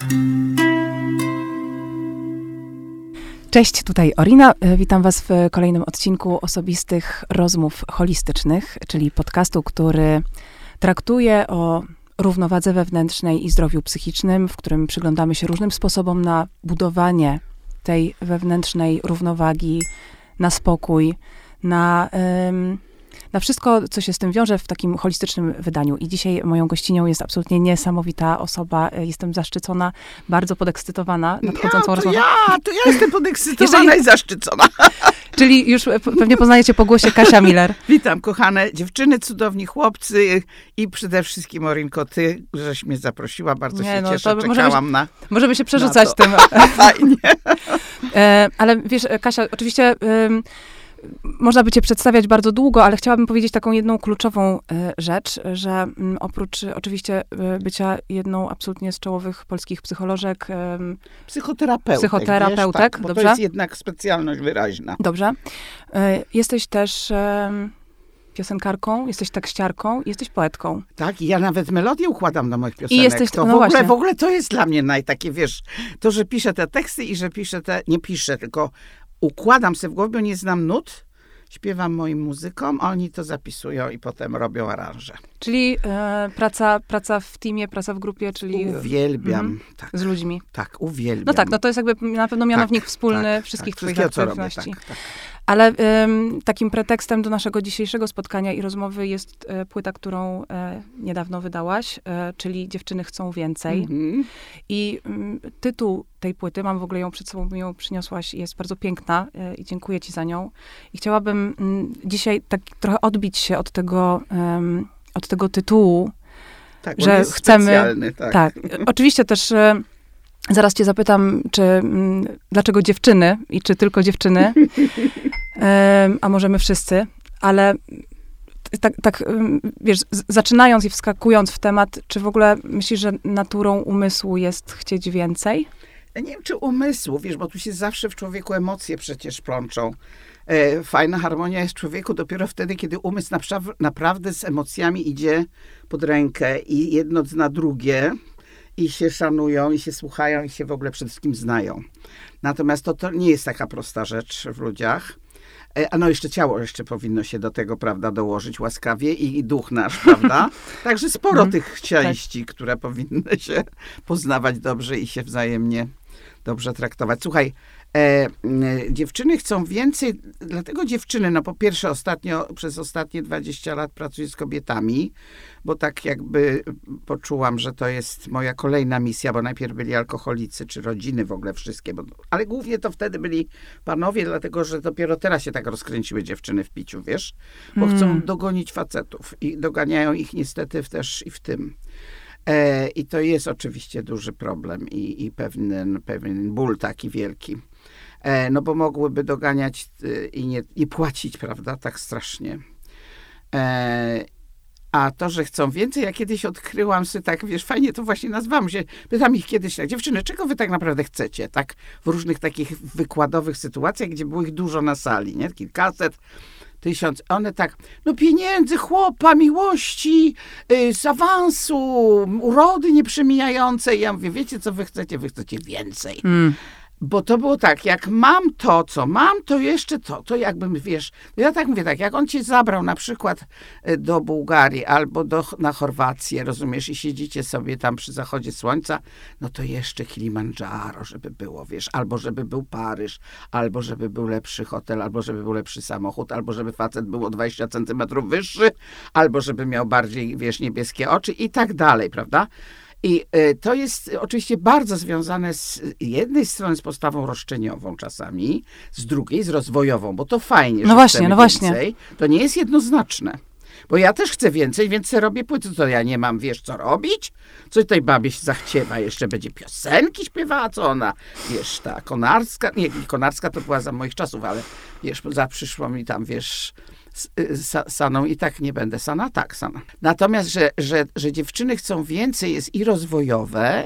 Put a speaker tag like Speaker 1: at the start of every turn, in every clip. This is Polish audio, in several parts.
Speaker 1: Cześć, tutaj Orina. Witam was w kolejnym odcinku Osobistych Rozmów Holistycznych, czyli podcastu, który traktuje o równowadze wewnętrznej i zdrowiu psychicznym, w którym przyglądamy się różnym sposobom na budowanie tej wewnętrznej równowagi, na spokój, na wszystko, co się z tym wiąże w takim holistycznym wydaniu. I dzisiaj moją gościnią jest absolutnie niesamowita osoba. Jestem zaszczycona, bardzo podekscytowana nadchodzącą rozmową.
Speaker 2: To ja jestem podekscytowana i zaszczycona.
Speaker 1: Czyli już pewnie poznajecie po głosie Kasia Miller.
Speaker 2: Witam, kochane dziewczyny, cudowni chłopcy i przede wszystkim, Orinko, ty, żeś mnie zaprosiła. Bardzo się cieszę, czekałam na
Speaker 1: Możemy się przerzucać tym.
Speaker 2: Fajnie.
Speaker 1: Ale wiesz, Kasia, oczywiście można by cię przedstawiać bardzo długo, ale chciałabym powiedzieć taką jedną kluczową rzecz, że oprócz oczywiście bycia jedną absolutnie z czołowych polskich psycholożek, psychoterapeutek,
Speaker 2: wiesz, tak, bo
Speaker 1: dobrze?
Speaker 2: To jest jednak specjalność wyraźna.
Speaker 1: Dobrze. Jesteś też piosenkarką, jesteś tekściarką, jesteś poetką.
Speaker 2: Tak, i ja nawet melodię układam do moich piosenek.
Speaker 1: I jesteś,
Speaker 2: to w ogóle to jest dla mnie takie, wiesz, to, że piszę te teksty i że nie piszę, tylko układam sobie w głowie, bo nie znam nut, śpiewam moim muzykom, a oni to zapisują i potem robią aranże.
Speaker 1: Czyli praca w teamie, praca w grupie, czyli...
Speaker 2: Uwielbiam. Tak.
Speaker 1: Z ludźmi.
Speaker 2: Tak, uwielbiam.
Speaker 1: No tak, to jest jakby na pewno mianownik wspólny wszystkich twoich aktywności.
Speaker 2: Tak.
Speaker 1: Ale takim pretekstem do naszego dzisiejszego spotkania i rozmowy jest płyta, którą niedawno wydałaś, czyli Dziewczyny chcą więcej.
Speaker 2: Mm-hmm.
Speaker 1: I tytuł tej płyty, mam w ogóle ją przed sobą, mi ją przyniosłaś, jest bardzo piękna i dziękuję ci za nią. I chciałabym dzisiaj tak trochę odbić się od tego tytułu,
Speaker 2: tak,
Speaker 1: że
Speaker 2: jest
Speaker 1: chcemy...
Speaker 2: Specjalny, tak.
Speaker 1: Oczywiście też... Zaraz cię zapytam, dlaczego dziewczyny i czy tylko dziewczyny, a może my wszyscy, ale tak wiesz, zaczynając i wskakując w temat, czy w ogóle myślisz, że naturą umysłu jest chcieć więcej?
Speaker 2: Ja nie wiem, czy umysłu, wiesz, bo tu się zawsze w człowieku emocje przecież plączą. Fajna harmonia jest w człowieku dopiero wtedy, kiedy umysł naprawdę z emocjami idzie pod rękę i jedno zna drugie, i się szanują, i się słuchają, i się w ogóle przede wszystkim znają. Natomiast to nie jest taka prosta rzecz w ludziach. A jeszcze ciało powinno się do tego, prawda, dołożyć łaskawie i duch nasz, prawda? Także sporo tych części, które powinny się poznawać dobrze i się wzajemnie dobrze traktować. Słuchaj, dziewczyny chcą więcej, dlatego dziewczyny, po pierwsze przez ostatnie 20 lat pracuję z kobietami, bo tak jakby poczułam, że to jest moja kolejna misja, bo najpierw byli alkoholicy, czy rodziny w ogóle wszystkie, ale głównie to wtedy byli panowie, dlatego, że dopiero teraz się tak rozkręciły dziewczyny w piciu, wiesz, bo chcą dogonić facetów i doganiają ich niestety też i w tym. I to jest oczywiście duży problem i pewien ból taki wielki. Bo mogłyby doganiać i nie płacić, prawda, tak strasznie. A to, że chcą więcej, ja kiedyś odkryłam sobie tak, wiesz, fajnie to właśnie nazwałam się, pytam ich kiedyś tak, dziewczyny, czego wy tak naprawdę chcecie? Tak w różnych takich wykładowych sytuacjach, gdzie było ich dużo na sali, nie? Kilkaset, 1000. One tak, pieniędzy, chłopa, miłości, z awansu, urody nieprzemijającej. Ja mówię, wiecie, co wy chcecie? Wy chcecie więcej. Bo to było tak, jak mam to, co mam, to jeszcze to jakbym, wiesz, ja tak mówię, tak, jak on cię zabrał na przykład do Bułgarii albo na Chorwację, rozumiesz, i siedzicie sobie tam przy zachodzie słońca, to jeszcze Kilimandżaro, żeby było, wiesz, albo żeby był Paryż, albo żeby był lepszy hotel, albo żeby był lepszy samochód, albo żeby facet był o 20 centymetrów wyższy, albo żeby miał bardziej, wiesz, niebieskie oczy i tak dalej, prawda? I to jest oczywiście bardzo związane z jednej strony z postawą roszczeniową czasami, z drugiej z rozwojową, bo to fajnie, że chcemy więcej. To nie jest jednoznaczne. Bo ja też chcę więcej, więc sobie robię płyty. To ja nie mam, wiesz, co robić? Co tej babie się zachciewa? Jeszcze będzie piosenki śpiewała, co ona, wiesz, ta Konarska, nie, Konarska to była za moich czasów, ale wiesz, przyszło mi tam, wiesz, Saną i tak nie będę Sana. Natomiast, że dziewczyny chcą więcej, jest i rozwojowe,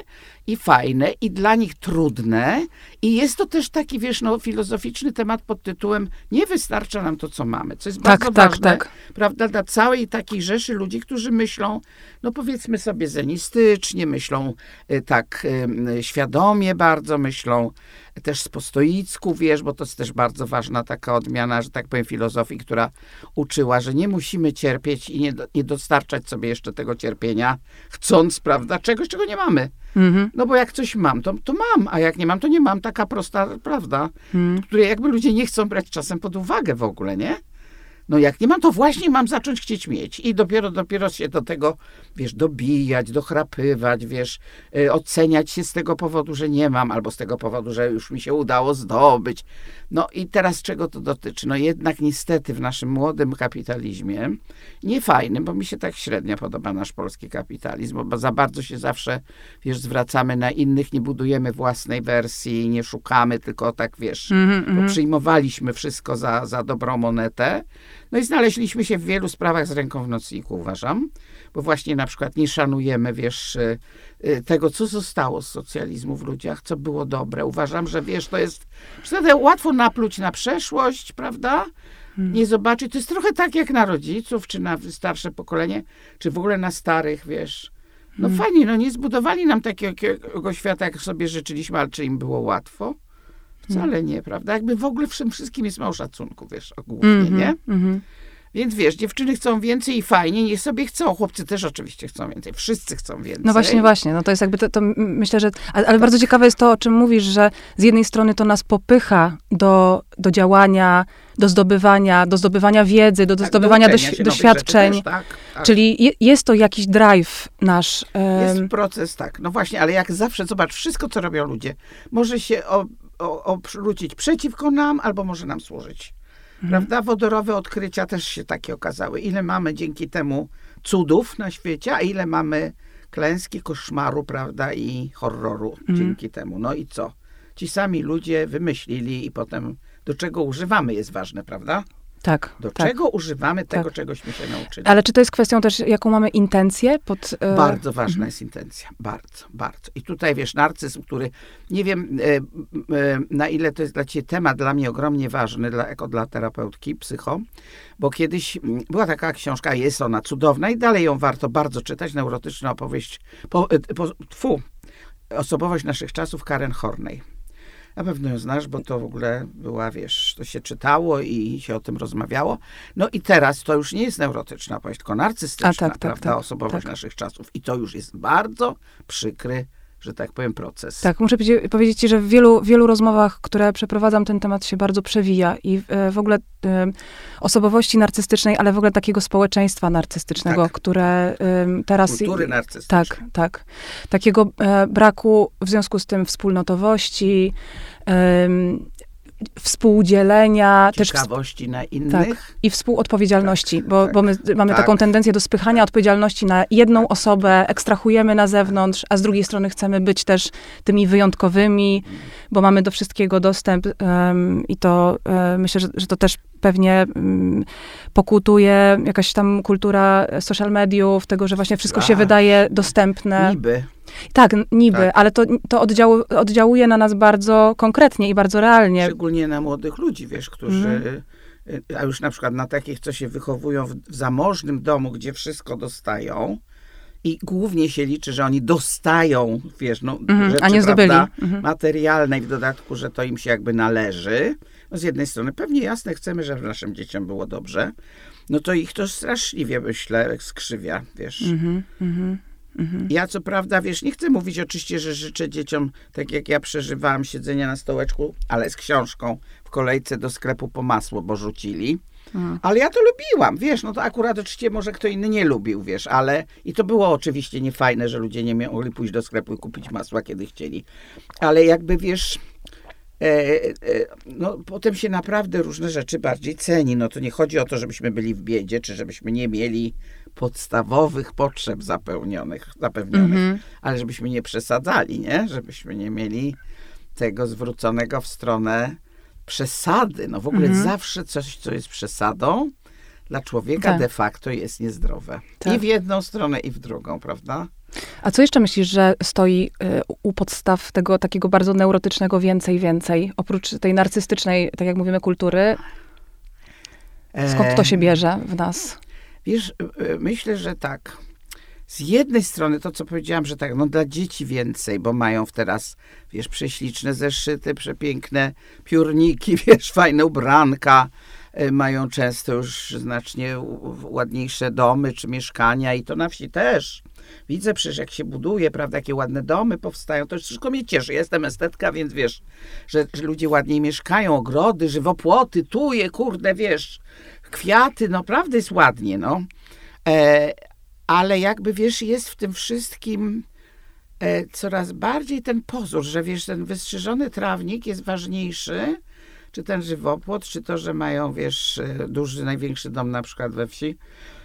Speaker 2: i fajne, i dla nich trudne. I jest to też taki, wiesz, filozoficzny temat pod tytułem nie wystarcza nam to, co mamy. Co jest bardzo ważne, prawda, dla całej takiej rzeszy ludzi, którzy myślą, no powiedzmy sobie zenistycznie, myślą tak świadomie bardzo, myślą też po stoicku, wiesz, bo to jest też bardzo ważna taka odmiana, że tak powiem, filozofii, która uczyła, że nie musimy cierpieć i nie dostarczać sobie jeszcze tego cierpienia, chcąc, prawda, czegoś, czego nie mamy. No bo jak coś mam, to mam, a jak nie mam, to nie mam. Taka prosta prawda, której jakby ludzie nie chcą brać czasem pod uwagę w ogóle, nie? No jak nie mam, to właśnie mam zacząć chcieć mieć. I dopiero się do tego, wiesz, dobijać, dochrapywać, wiesz, oceniać się z tego powodu, że nie mam, albo z tego powodu, że już mi się udało zdobyć. No i teraz czego to dotyczy? No jednak niestety w naszym młodym kapitalizmie, niefajnym, bo mi się tak średnio podoba nasz polski kapitalizm, bo za bardzo się zawsze, wiesz, zwracamy na innych, nie budujemy własnej wersji, nie szukamy, tylko tak, wiesz, bo przyjmowaliśmy wszystko za dobrą monetę. No i znaleźliśmy się w wielu sprawach z ręką w nocniku, uważam, bo właśnie na przykład nie szanujemy, wiesz, tego, co zostało z socjalizmu w ludziach, co było dobre. Uważam, że wiesz, to jest łatwo napluć na przeszłość, prawda? Nie zobaczyć. To jest trochę tak jak na rodziców, czy na starsze pokolenie, czy w ogóle na starych, wiesz. No fajnie, no nie zbudowali nam takiego świata, jak sobie życzyliśmy, ale czy im było łatwo? Wcale nie, prawda? Jakby w ogóle wszystkim jest mało szacunku, wiesz, ogólnie, nie? Więc wiesz, dziewczyny chcą więcej i fajnie, niech sobie chcą. Chłopcy też oczywiście chcą więcej. Wszyscy chcą więcej.
Speaker 1: No właśnie. No to jest jakby, to myślę, że... Ale bardzo ciekawe jest to, o czym mówisz, że z jednej strony to nas popycha do działania, do zdobywania wiedzy, do zdobywania doświadczeń. Rzeczy też, tak. Czyli jest to jakiś drive nasz.
Speaker 2: Jest proces, tak. No właśnie, ale jak zawsze, zobacz, wszystko, co robią ludzie, może się obrócić przeciwko nam, albo może nam służyć. Prawda? Wodorowe odkrycia też się takie okazały. Ile mamy dzięki temu cudów na świecie, a ile mamy klęski, koszmaru, prawda, i horroru dzięki temu. No i co? Ci sami ludzie wymyślili i potem do czego używamy jest ważne, prawda?
Speaker 1: Tak.
Speaker 2: Czego używamy tego, czegośmy się nauczyli.
Speaker 1: Ale czy to jest kwestią też, jaką mamy intencję?
Speaker 2: Bardzo ważna jest intencja. Bardzo, bardzo. I tutaj, wiesz, narcyzm, który, nie wiem, na ile to jest dla ciebie temat, dla mnie ogromnie ważny, jako dla terapeutki, psycho, bo kiedyś była taka książka, jest ona cudowna i dalej ją warto bardzo czytać, neurotyczna opowieść, Osobowość naszych czasów, Karen Horney. Na pewno ją znasz, bo to w ogóle była, wiesz, to się czytało i się o tym rozmawiało. No i teraz to już nie jest neurotyczna opowieść, tylko narcystyczna, prawda, osobowość naszych czasów. I to już jest bardzo przykry, że tak powiem, proces.
Speaker 1: Tak, muszę powiedzieć ci, że w wielu rozmowach, które przeprowadzam, ten temat się bardzo przewija i w ogóle osobowości narcystycznej, ale w ogóle takiego społeczeństwa narcystycznego, które teraz...
Speaker 2: Kultury narcystycznej.
Speaker 1: Tak. Takiego braku w związku z tym wspólnotowości, współdzielenia.
Speaker 2: Ciekawości na innych.
Speaker 1: Tak, i współodpowiedzialności, bo my mamy taką tendencję do spychania odpowiedzialności na jedną osobę, ekstrahujemy na zewnątrz, a z drugiej strony chcemy być też tymi wyjątkowymi, bo mamy do wszystkiego dostęp i to myślę, że to też pewnie pokutuje jakaś tam kultura social mediów, tego, że właśnie wszystko się wydaje dostępne. Niby, ale to oddziałuje na nas bardzo konkretnie i bardzo realnie.
Speaker 2: Szczególnie na młodych ludzi, wiesz, którzy, a już na przykład na takich, co się wychowują w zamożnym domu, gdzie wszystko dostają i głównie się liczy, że oni dostają, wiesz, rzeczy,
Speaker 1: a nie zdobyli.
Speaker 2: Materialne i w dodatku, że to im się jakby należy. No z jednej strony pewnie jasne, chcemy, żeby naszym dzieciom było dobrze, no to ich to straszliwie, myślę, skrzywia, wiesz. Ja co prawda, wiesz, nie chcę mówić oczywiście, że życzę dzieciom, tak jak ja przeżywałam, siedzenia na stołeczku, ale z książką w kolejce do sklepu po masło, bo rzucili. Ale ja to lubiłam, wiesz, no to akurat oczywiście może kto inny nie lubił, wiesz, ale i to było oczywiście niefajne, że ludzie nie mogli pójść do sklepu i kupić masła, kiedy chcieli. Ale jakby, wiesz, no potem się naprawdę różne rzeczy bardziej ceni. No to nie chodzi o to, żebyśmy byli w biedzie, czy żebyśmy nie mieli podstawowych potrzeb zapewnionych, ale żebyśmy nie przesadzali, nie? Żebyśmy nie mieli tego zwróconego w stronę przesady. No w ogóle zawsze coś, co jest przesadą, dla człowieka de facto jest niezdrowe. I w jedną stronę, i w drugą, prawda?
Speaker 1: A co jeszcze myślisz, że stoi u podstaw tego takiego bardzo neurotycznego więcej, oprócz tej narcystycznej, tak jak mówimy, kultury? Skąd to się bierze w nas?
Speaker 2: Wiesz, myślę, że tak. Z jednej strony to, co powiedziałam, że tak, no dla dzieci więcej, bo mają teraz, wiesz, prześliczne zeszyty, przepiękne piórniki, wiesz, fajne ubranka, mają często już znacznie ładniejsze domy czy mieszkania i to na wsi też. Widzę przecież, jak się buduje, prawda, jakie ładne domy powstają, to wszystko mnie cieszy. Ja jestem estetka, więc wiesz, że ludzie ładniej mieszkają, ogrody, żywopłoty, tuje, kurde, wiesz, kwiaty, no prawda jest ładnie, no. Ale jakby, wiesz, jest w tym wszystkim coraz bardziej ten pozór, że wiesz, ten wystrzyżony trawnik jest ważniejszy, czy ten żywopłot, czy to, że mają, wiesz, duży, największy dom na przykład we wsi,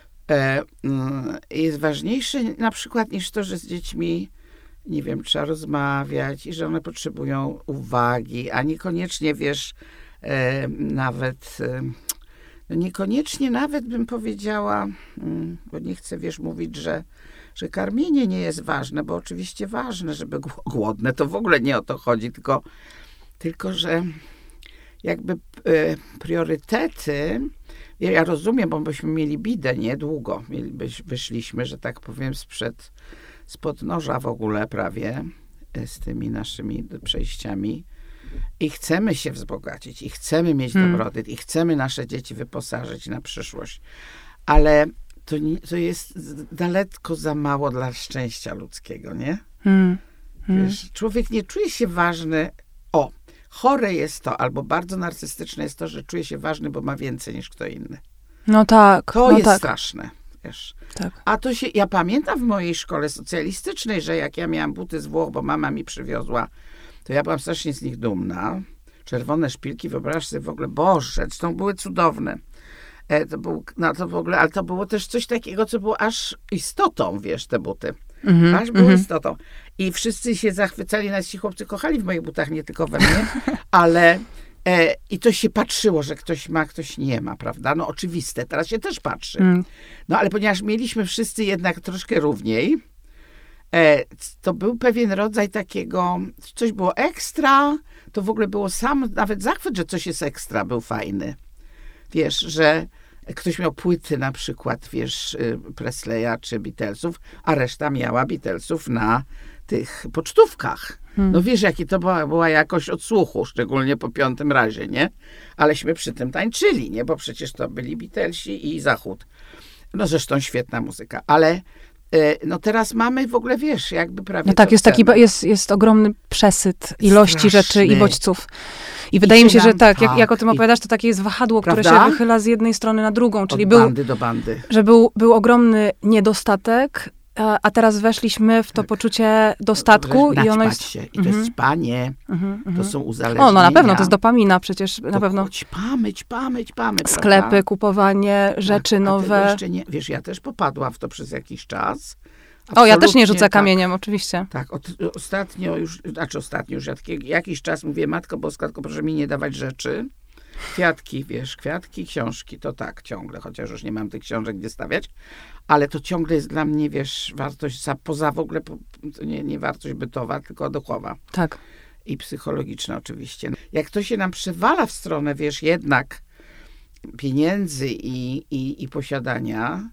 Speaker 2: jest ważniejszy na przykład niż to, że z dziećmi, nie wiem, trzeba rozmawiać i że one potrzebują uwagi, a niekoniecznie, wiesz, nawet... No niekoniecznie nawet bym powiedziała, bo nie chcę, wiesz, mówić, że karmienie nie jest ważne, bo oczywiście ważne, żeby głodne, to w ogóle nie o to chodzi, tylko że jakby priorytety, ja rozumiem, bo byśmy mieli bidę niedługo, wyszliśmy, że tak powiem, spod noża w ogóle prawie z tymi naszymi przejściami. I chcemy się wzbogacić, i chcemy mieć dobrobyt, i chcemy nasze dzieci wyposażyć na przyszłość. Ale to jest daleko za mało dla szczęścia ludzkiego, nie? Wiesz, człowiek nie czuje się ważny. Chore jest to, albo bardzo narcystyczne jest to, że czuje się ważny, bo ma więcej niż kto inny.
Speaker 1: No tak.
Speaker 2: To jest
Speaker 1: tak.
Speaker 2: straszne, wiesz.
Speaker 1: Tak.
Speaker 2: A to ja pamiętam w mojej szkole socjalistycznej, że jak ja miałam buty z Włoch, bo mama mi przywiozła, to ja byłam strasznie z nich dumna. Czerwone szpilki, wyobraź sobie w ogóle, Boże, to były cudowne. To w ogóle, ale to było też coś takiego, co było aż istotą, wiesz, te buty. Aż było istotą. I wszyscy się zachwycali, nas ci chłopcy kochali w moich butach, nie tylko we mnie, ale i to się patrzyło, że ktoś ma, ktoś nie ma, prawda? No oczywiste, teraz się też patrzy. No ale ponieważ mieliśmy wszyscy jednak troszkę równiej, to był pewien rodzaj takiego, coś było ekstra, to w ogóle było nawet zachwyt, że coś jest ekstra, był fajny. Wiesz, że ktoś miał płyty na przykład, wiesz, Presleya czy Beatlesów, a reszta miała Beatlesów na tych pocztówkach. No wiesz, jaki to była jakość odsłuchu, szczególnie po 5. razie, nie? Aleśmy przy tym tańczyli, nie? Bo przecież to byli Beatlesi i Zachód. No zresztą świetna muzyka, ale no teraz mamy w ogóle, wiesz, jakby prawie...
Speaker 1: No tak, jest ogromny przesyt ilości rzeczy i bodźców. I wydaje mi się, że tak, jak o tym opowiadasz, to takie jest wahadło,
Speaker 2: prawda?
Speaker 1: które się wychyla z jednej strony na drugą. Czyli
Speaker 2: od bandy do bandy.
Speaker 1: Że był ogromny niedostatek, a teraz weszliśmy w to poczucie dostatku i ono jest...
Speaker 2: się. I to jest ćpanie, to są uzależnienia.
Speaker 1: No na pewno, to jest dopamina przecież, na pewno.
Speaker 2: Ćpamy.
Speaker 1: Sklepy,
Speaker 2: prawda?
Speaker 1: kupowanie, rzeczy nowe.
Speaker 2: Jeszcze nie, wiesz, ja też popadłam w to przez jakiś czas.
Speaker 1: Ja też nie rzucę kamieniem, oczywiście.
Speaker 2: Tak, ostatnio już, jakiś czas mówię, Matko Boska, tylko proszę mi nie dawać rzeczy. Kwiatki, książki, to tak ciągle, chociaż już nie mam tych książek gdzie stawiać, ale to ciągle jest dla mnie, wiesz, wartość poza w ogóle, nie wartość bytowa, tylko duchowa.
Speaker 1: Tak.
Speaker 2: I psychologiczna oczywiście. Jak to się nam przewala w stronę, wiesz, jednak pieniędzy i posiadania,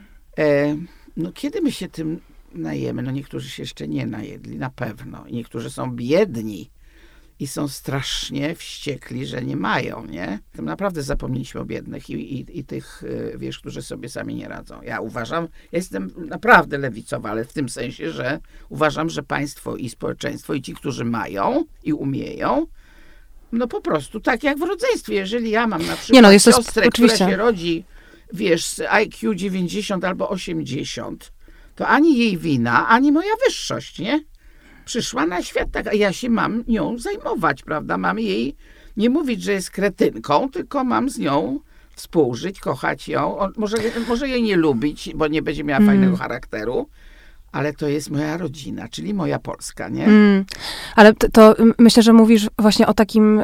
Speaker 2: no kiedy my się tym najemy? No niektórzy się jeszcze nie najedli, na pewno. I niektórzy są biedni i są strasznie wściekli, że nie mają, nie? Tym naprawdę zapomnieliśmy o biednych i tych, wiesz, którzy sobie sami nie radzą. Ja jestem naprawdę lewicowa, ale w tym sensie, że uważam, że państwo i społeczeństwo i ci, którzy mają i umieją, no po prostu tak jak w rodzeństwie. Jeżeli ja mam na przykład siostrę, która się rodzi, wiesz, z IQ 90 albo 80, to ani jej wina, ani moja wyższość, nie? Przyszła na świat, tak, a ja się mam nią zajmować, prawda? Mam jej nie mówić, że jest kretynką, tylko mam z nią współżyć, kochać ją. Może jej nie lubić, bo nie będzie miała fajnego charakteru, ale to jest moja rodzina, czyli moja Polska, nie?
Speaker 1: Ale to myślę, że mówisz właśnie o takim,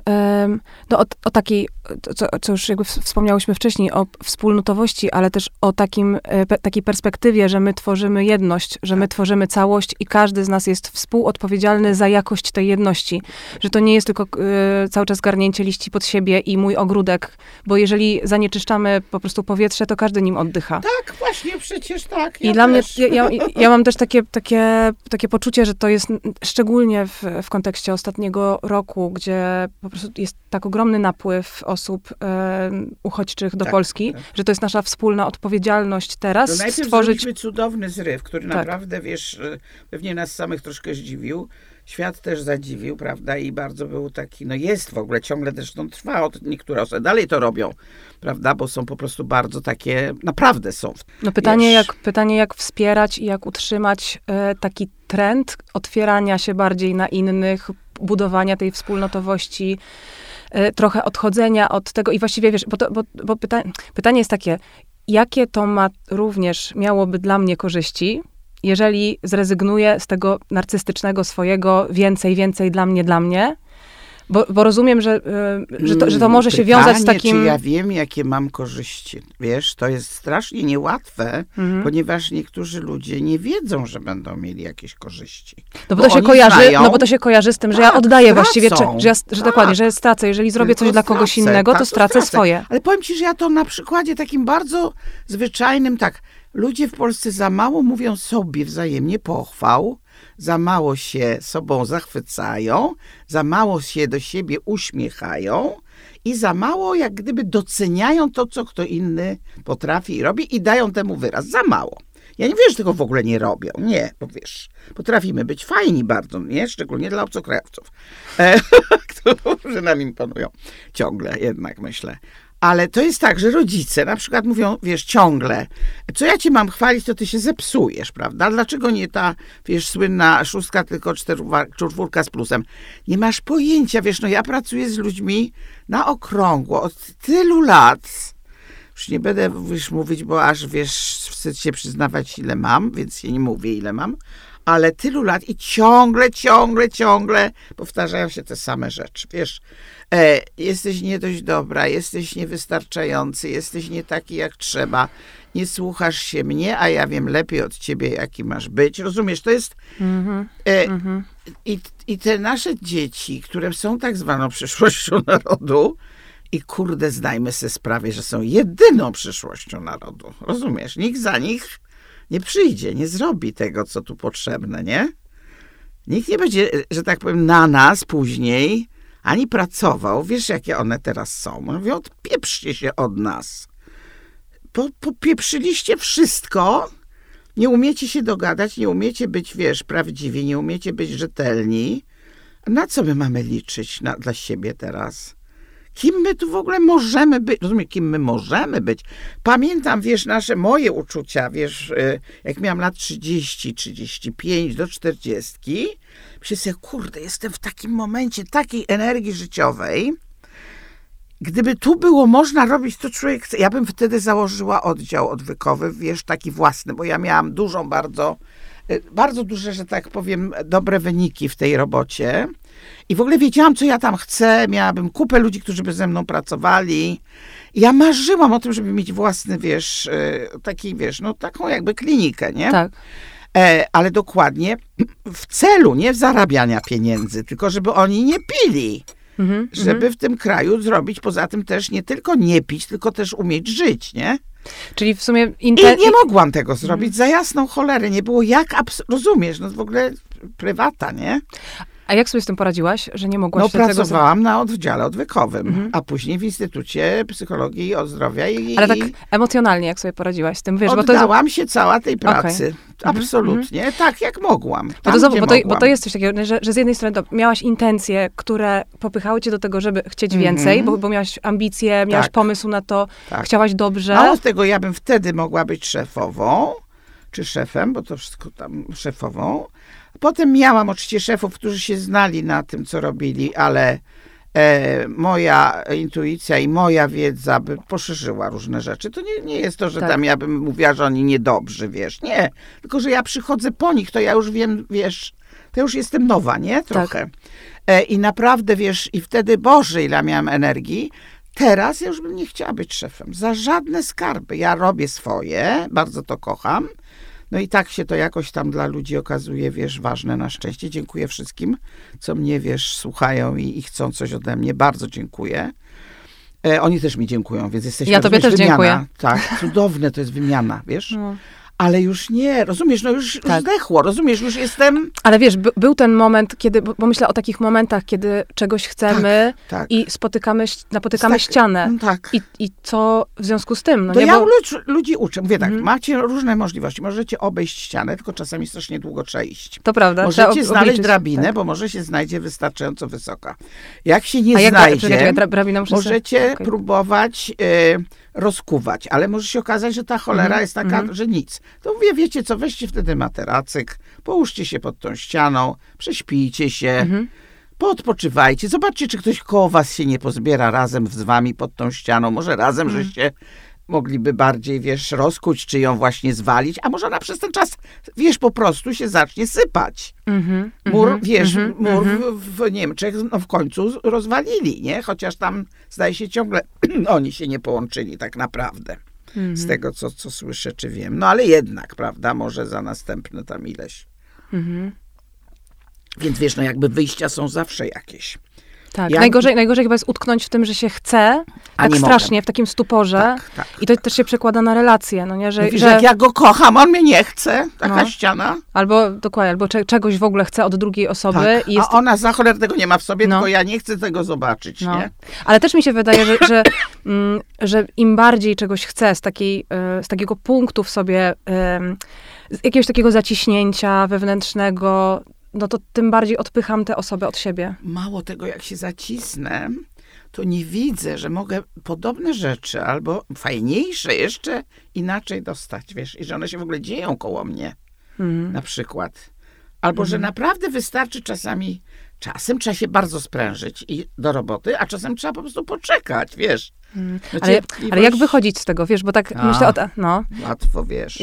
Speaker 1: o takiej, co już jakby wspomniałyśmy wcześniej, o wspólnotowości, ale też o takiej perspektywie, że my tworzymy jedność, że my tworzymy całość i każdy z nas jest współodpowiedzialny za jakość tej jedności. Że to nie jest tylko cały czas garnięcie liści pod siebie i mój ogródek, bo jeżeli zanieczyszczamy po prostu powietrze, to każdy nim oddycha.
Speaker 2: Tak, właśnie, przecież tak.
Speaker 1: I dla mnie, ja mam też takie poczucie, że to jest szczególnie w kontekście ostatniego roku, gdzie po prostu jest tak ogromny napływ osób uchodźczych do Polski, że to jest nasza wspólna odpowiedzialność teraz
Speaker 2: to najpierw
Speaker 1: stworzyć...
Speaker 2: zrobiliśmy cudowny zryw, który naprawdę, wiesz, pewnie nas samych troszkę zdziwił. Świat też zadziwił, prawda, i bardzo był taki, jest w ogóle, ciągle zresztą trwa, niektóre osoby dalej to robią, prawda, bo są po prostu bardzo takie, naprawdę są.
Speaker 1: Pytanie, jak wspierać i jak utrzymać taki trend otwierania się bardziej na innych, budowania tej wspólnotowości, trochę odchodzenia od tego i właściwie, wiesz, bo pytanie jest takie, jakie to również miałoby dla mnie korzyści, jeżeli zrezygnuję z tego narcystycznego swojego więcej dla mnie, bo rozumiem, że to może się wiązać z takim...
Speaker 2: czy ja wiem, jakie mam korzyści. Wiesz, to jest strasznie niełatwe, ponieważ niektórzy ludzie nie wiedzą, że będą mieli jakieś korzyści.
Speaker 1: Bo to się kojarzy z tym, że ja oddaję właściwie, dokładnie, że stracę. Jeżeli zrobię coś dla kogoś innego, to stracę swoje.
Speaker 2: Ale powiem ci, że ja to na przykładzie takim bardzo zwyczajnym, ludzie w Polsce za mało mówią sobie wzajemnie pochwał, za mało się sobą zachwycają, za mało się do siebie uśmiechają i za mało jak gdyby doceniają to, co kto inny potrafi i robi i dają temu wyraz. Za mało. Ja nie wiem, że tego w ogóle nie robią. Nie, bo wiesz, potrafimy być fajni bardzo, nie? Szczególnie dla obcokrajowców, którzy nam imponują. Ciągle jednak, myślę. Ale to jest tak, że rodzice na przykład mówią, wiesz, ciągle, co ja cię mam chwalić, to ty się zepsujesz, prawda? Dlaczego nie ta, wiesz, słynna 6, tylko 4 z plusem? Nie masz pojęcia, wiesz, ja pracuję z ludźmi na okrągło od tylu lat. Już nie będę mówić, bo aż, wiesz, wstyd się przyznawać, ile mam, więc ja nie mówię, ile mam. Ale tylu lat i ciągle powtarzają się te same rzeczy. Wiesz, jesteś nie dość dobra, jesteś niewystarczający, jesteś nie taki jak trzeba, nie słuchasz się mnie, a ja wiem lepiej od ciebie, jaki masz być. Rozumiesz, to jest... I te nasze dzieci, które są tak zwaną przyszłością narodu, i kurde, zdajmy sobie sprawę, że są jedyną przyszłością narodu. Rozumiesz? Nikt za nich nie przyjdzie, nie zrobi tego, co tu potrzebne, nie? Nikt nie będzie, że tak powiem, na nas później ani pracował. Wiesz, jakie one teraz są? Mówią, odpieprzcie się od nas. Popieprzyliście wszystko. Nie umiecie się dogadać, nie umiecie być, wiesz, prawdziwi, nie umiecie być rzetelni. Na co my mamy liczyć dla siebie teraz? Kim my tu w ogóle możemy być? Rozumiem, kim my możemy być? Pamiętam, wiesz, moje uczucia, wiesz, jak miałam lat 30, 35 do 40, myślę sobie, kurde, jestem w takim momencie takiej energii życiowej. Gdyby tu było można robić, to człowiek chce. Ja bym wtedy założyła oddział odwykowy, wiesz, taki własny, bo ja miałam bardzo duże, że tak powiem, dobre wyniki w tej robocie. I w ogóle wiedziałam, co ja tam chcę. Miałabym kupę ludzi, którzy by ze mną pracowali. Ja marzyłam o tym, żeby mieć własny, wiesz, taki, wiesz, taką jakby klinikę, nie?
Speaker 1: Tak.
Speaker 2: Ale dokładnie w celu, nie w zarabiania pieniędzy, tylko żeby oni nie pili. Żeby w tym kraju zrobić, poza tym też nie tylko nie pić, tylko też umieć żyć, nie?
Speaker 1: Czyli w sumie...
Speaker 2: I nie mogłam tego zrobić za jasną cholerę. Nie było rozumiesz, w ogóle prywata, nie?
Speaker 1: A jak sobie z tym poradziłaś, że nie mogłaś
Speaker 2: pracowałam na oddziale odwykowym, a później w Instytucie Psychologii Zdrowia
Speaker 1: Ale tak emocjonalnie jak sobie poradziłaś z tym? Wiesz,
Speaker 2: oddałam się cała tej pracy. Okay. Absolutnie. Tak, jak mogłam.
Speaker 1: Bo to jest coś takiego, że z jednej strony miałaś intencje, które popychały cię do tego, żeby chcieć więcej, bo miałaś ambicje, miałaś pomysł na to, chciałaś dobrze.
Speaker 2: Mało tego, ja bym wtedy mogła być szefową, czy szefem, bo to wszystko tam szefową. Potem miałam oczywiście szefów, którzy się znali na tym, co robili, ale moja intuicja i moja wiedza by poszerzyła różne rzeczy. To nie jest to, że tam ja bym mówiła, że oni niedobrzy, wiesz. Nie, tylko że ja przychodzę po nich, to ja już wiem, wiesz, to już jestem nowa, nie? Trochę. I naprawdę, wiesz, i wtedy, Boże, ile miałam energii. Teraz ja już bym nie chciała być szefem. Za żadne skarby. Ja robię swoje, bardzo to kocham. No i tak się to jakoś tam dla ludzi okazuje, wiesz, ważne na szczęście. Dziękuję wszystkim, co mnie, wiesz, słuchają i chcą coś ode mnie. Bardzo dziękuję. Oni też mi dziękują, więc jesteśmy...
Speaker 1: Ja tobie też
Speaker 2: wymiana.
Speaker 1: Dziękuję.
Speaker 2: Tak, cudowne to jest wymiana, wiesz? No. Ale już nie, rozumiesz, no już zdechło, rozumiesz, już jestem...
Speaker 1: Ale wiesz, był ten moment, kiedy, bo myślę o takich momentach, kiedy czegoś chcemy i napotykamy ścianę. I co w związku z tym? No
Speaker 2: to
Speaker 1: nie,
Speaker 2: ja ludzi uczę. Mówię tak, macie różne możliwości. Możecie obejść ścianę, tylko czasami strasznie długo trzeba iść.
Speaker 1: To prawda.
Speaker 2: Możecie znaleźć drabinę, bo może się znajdzie wystarczająco wysoka. Jak się nie znajdzie, możecie próbować... rozkuwać, ale może się okazać, że ta cholera jest taka, że nic. To wiecie co, weźcie wtedy materacyk, połóżcie się pod tą ścianą, prześpijcie się, poodpoczywajcie, zobaczcie, czy ktoś koło was się nie pozbiera razem z wami pod tą ścianą, może razem, żeście mogliby bardziej, wiesz, rozkuć, czy ją właśnie zwalić, a może ona przez ten czas, wiesz, po prostu się zacznie sypać. Mur w Niemczech no, w końcu rozwalili, nie? Chociaż tam, zdaje się, ciągle oni się nie połączyli tak naprawdę. Z tego, co słyszę, czy wiem. No ale jednak, prawda, może za następne tam ileś. Więc wiesz, no jakby wyjścia są zawsze jakieś.
Speaker 1: Tak, najgorzej chyba jest utknąć w tym, że się chce, tak strasznie, w takim stuporze. I to też się przekłada na relacje, no nie? Że
Speaker 2: jak ja go kocham, on mnie nie chce, taka ściana.
Speaker 1: Albo czegoś w ogóle chce od drugiej osoby.
Speaker 2: I a ona za cholerę tego nie ma w sobie, tylko ja nie chcę tego zobaczyć, nie?
Speaker 1: Ale też mi się wydaje, że im bardziej czegoś chcę z takiego punktu w sobie, z jakiegoś takiego zaciśnięcia wewnętrznego, no to tym bardziej odpycham tę osobę od siebie.
Speaker 2: Mało tego, jak się zacisnę, to nie widzę, że mogę podobne rzeczy albo fajniejsze jeszcze inaczej dostać, wiesz, i że one się w ogóle dzieją koło mnie, na przykład. Albo, że naprawdę wystarczy czasem trzeba się bardzo sprężyć i do roboty, a czasem trzeba po prostu poczekać, wiesz.
Speaker 1: Ale jak wychodzić z tego, wiesz, bo tak myślę
Speaker 2: łatwo, wiesz.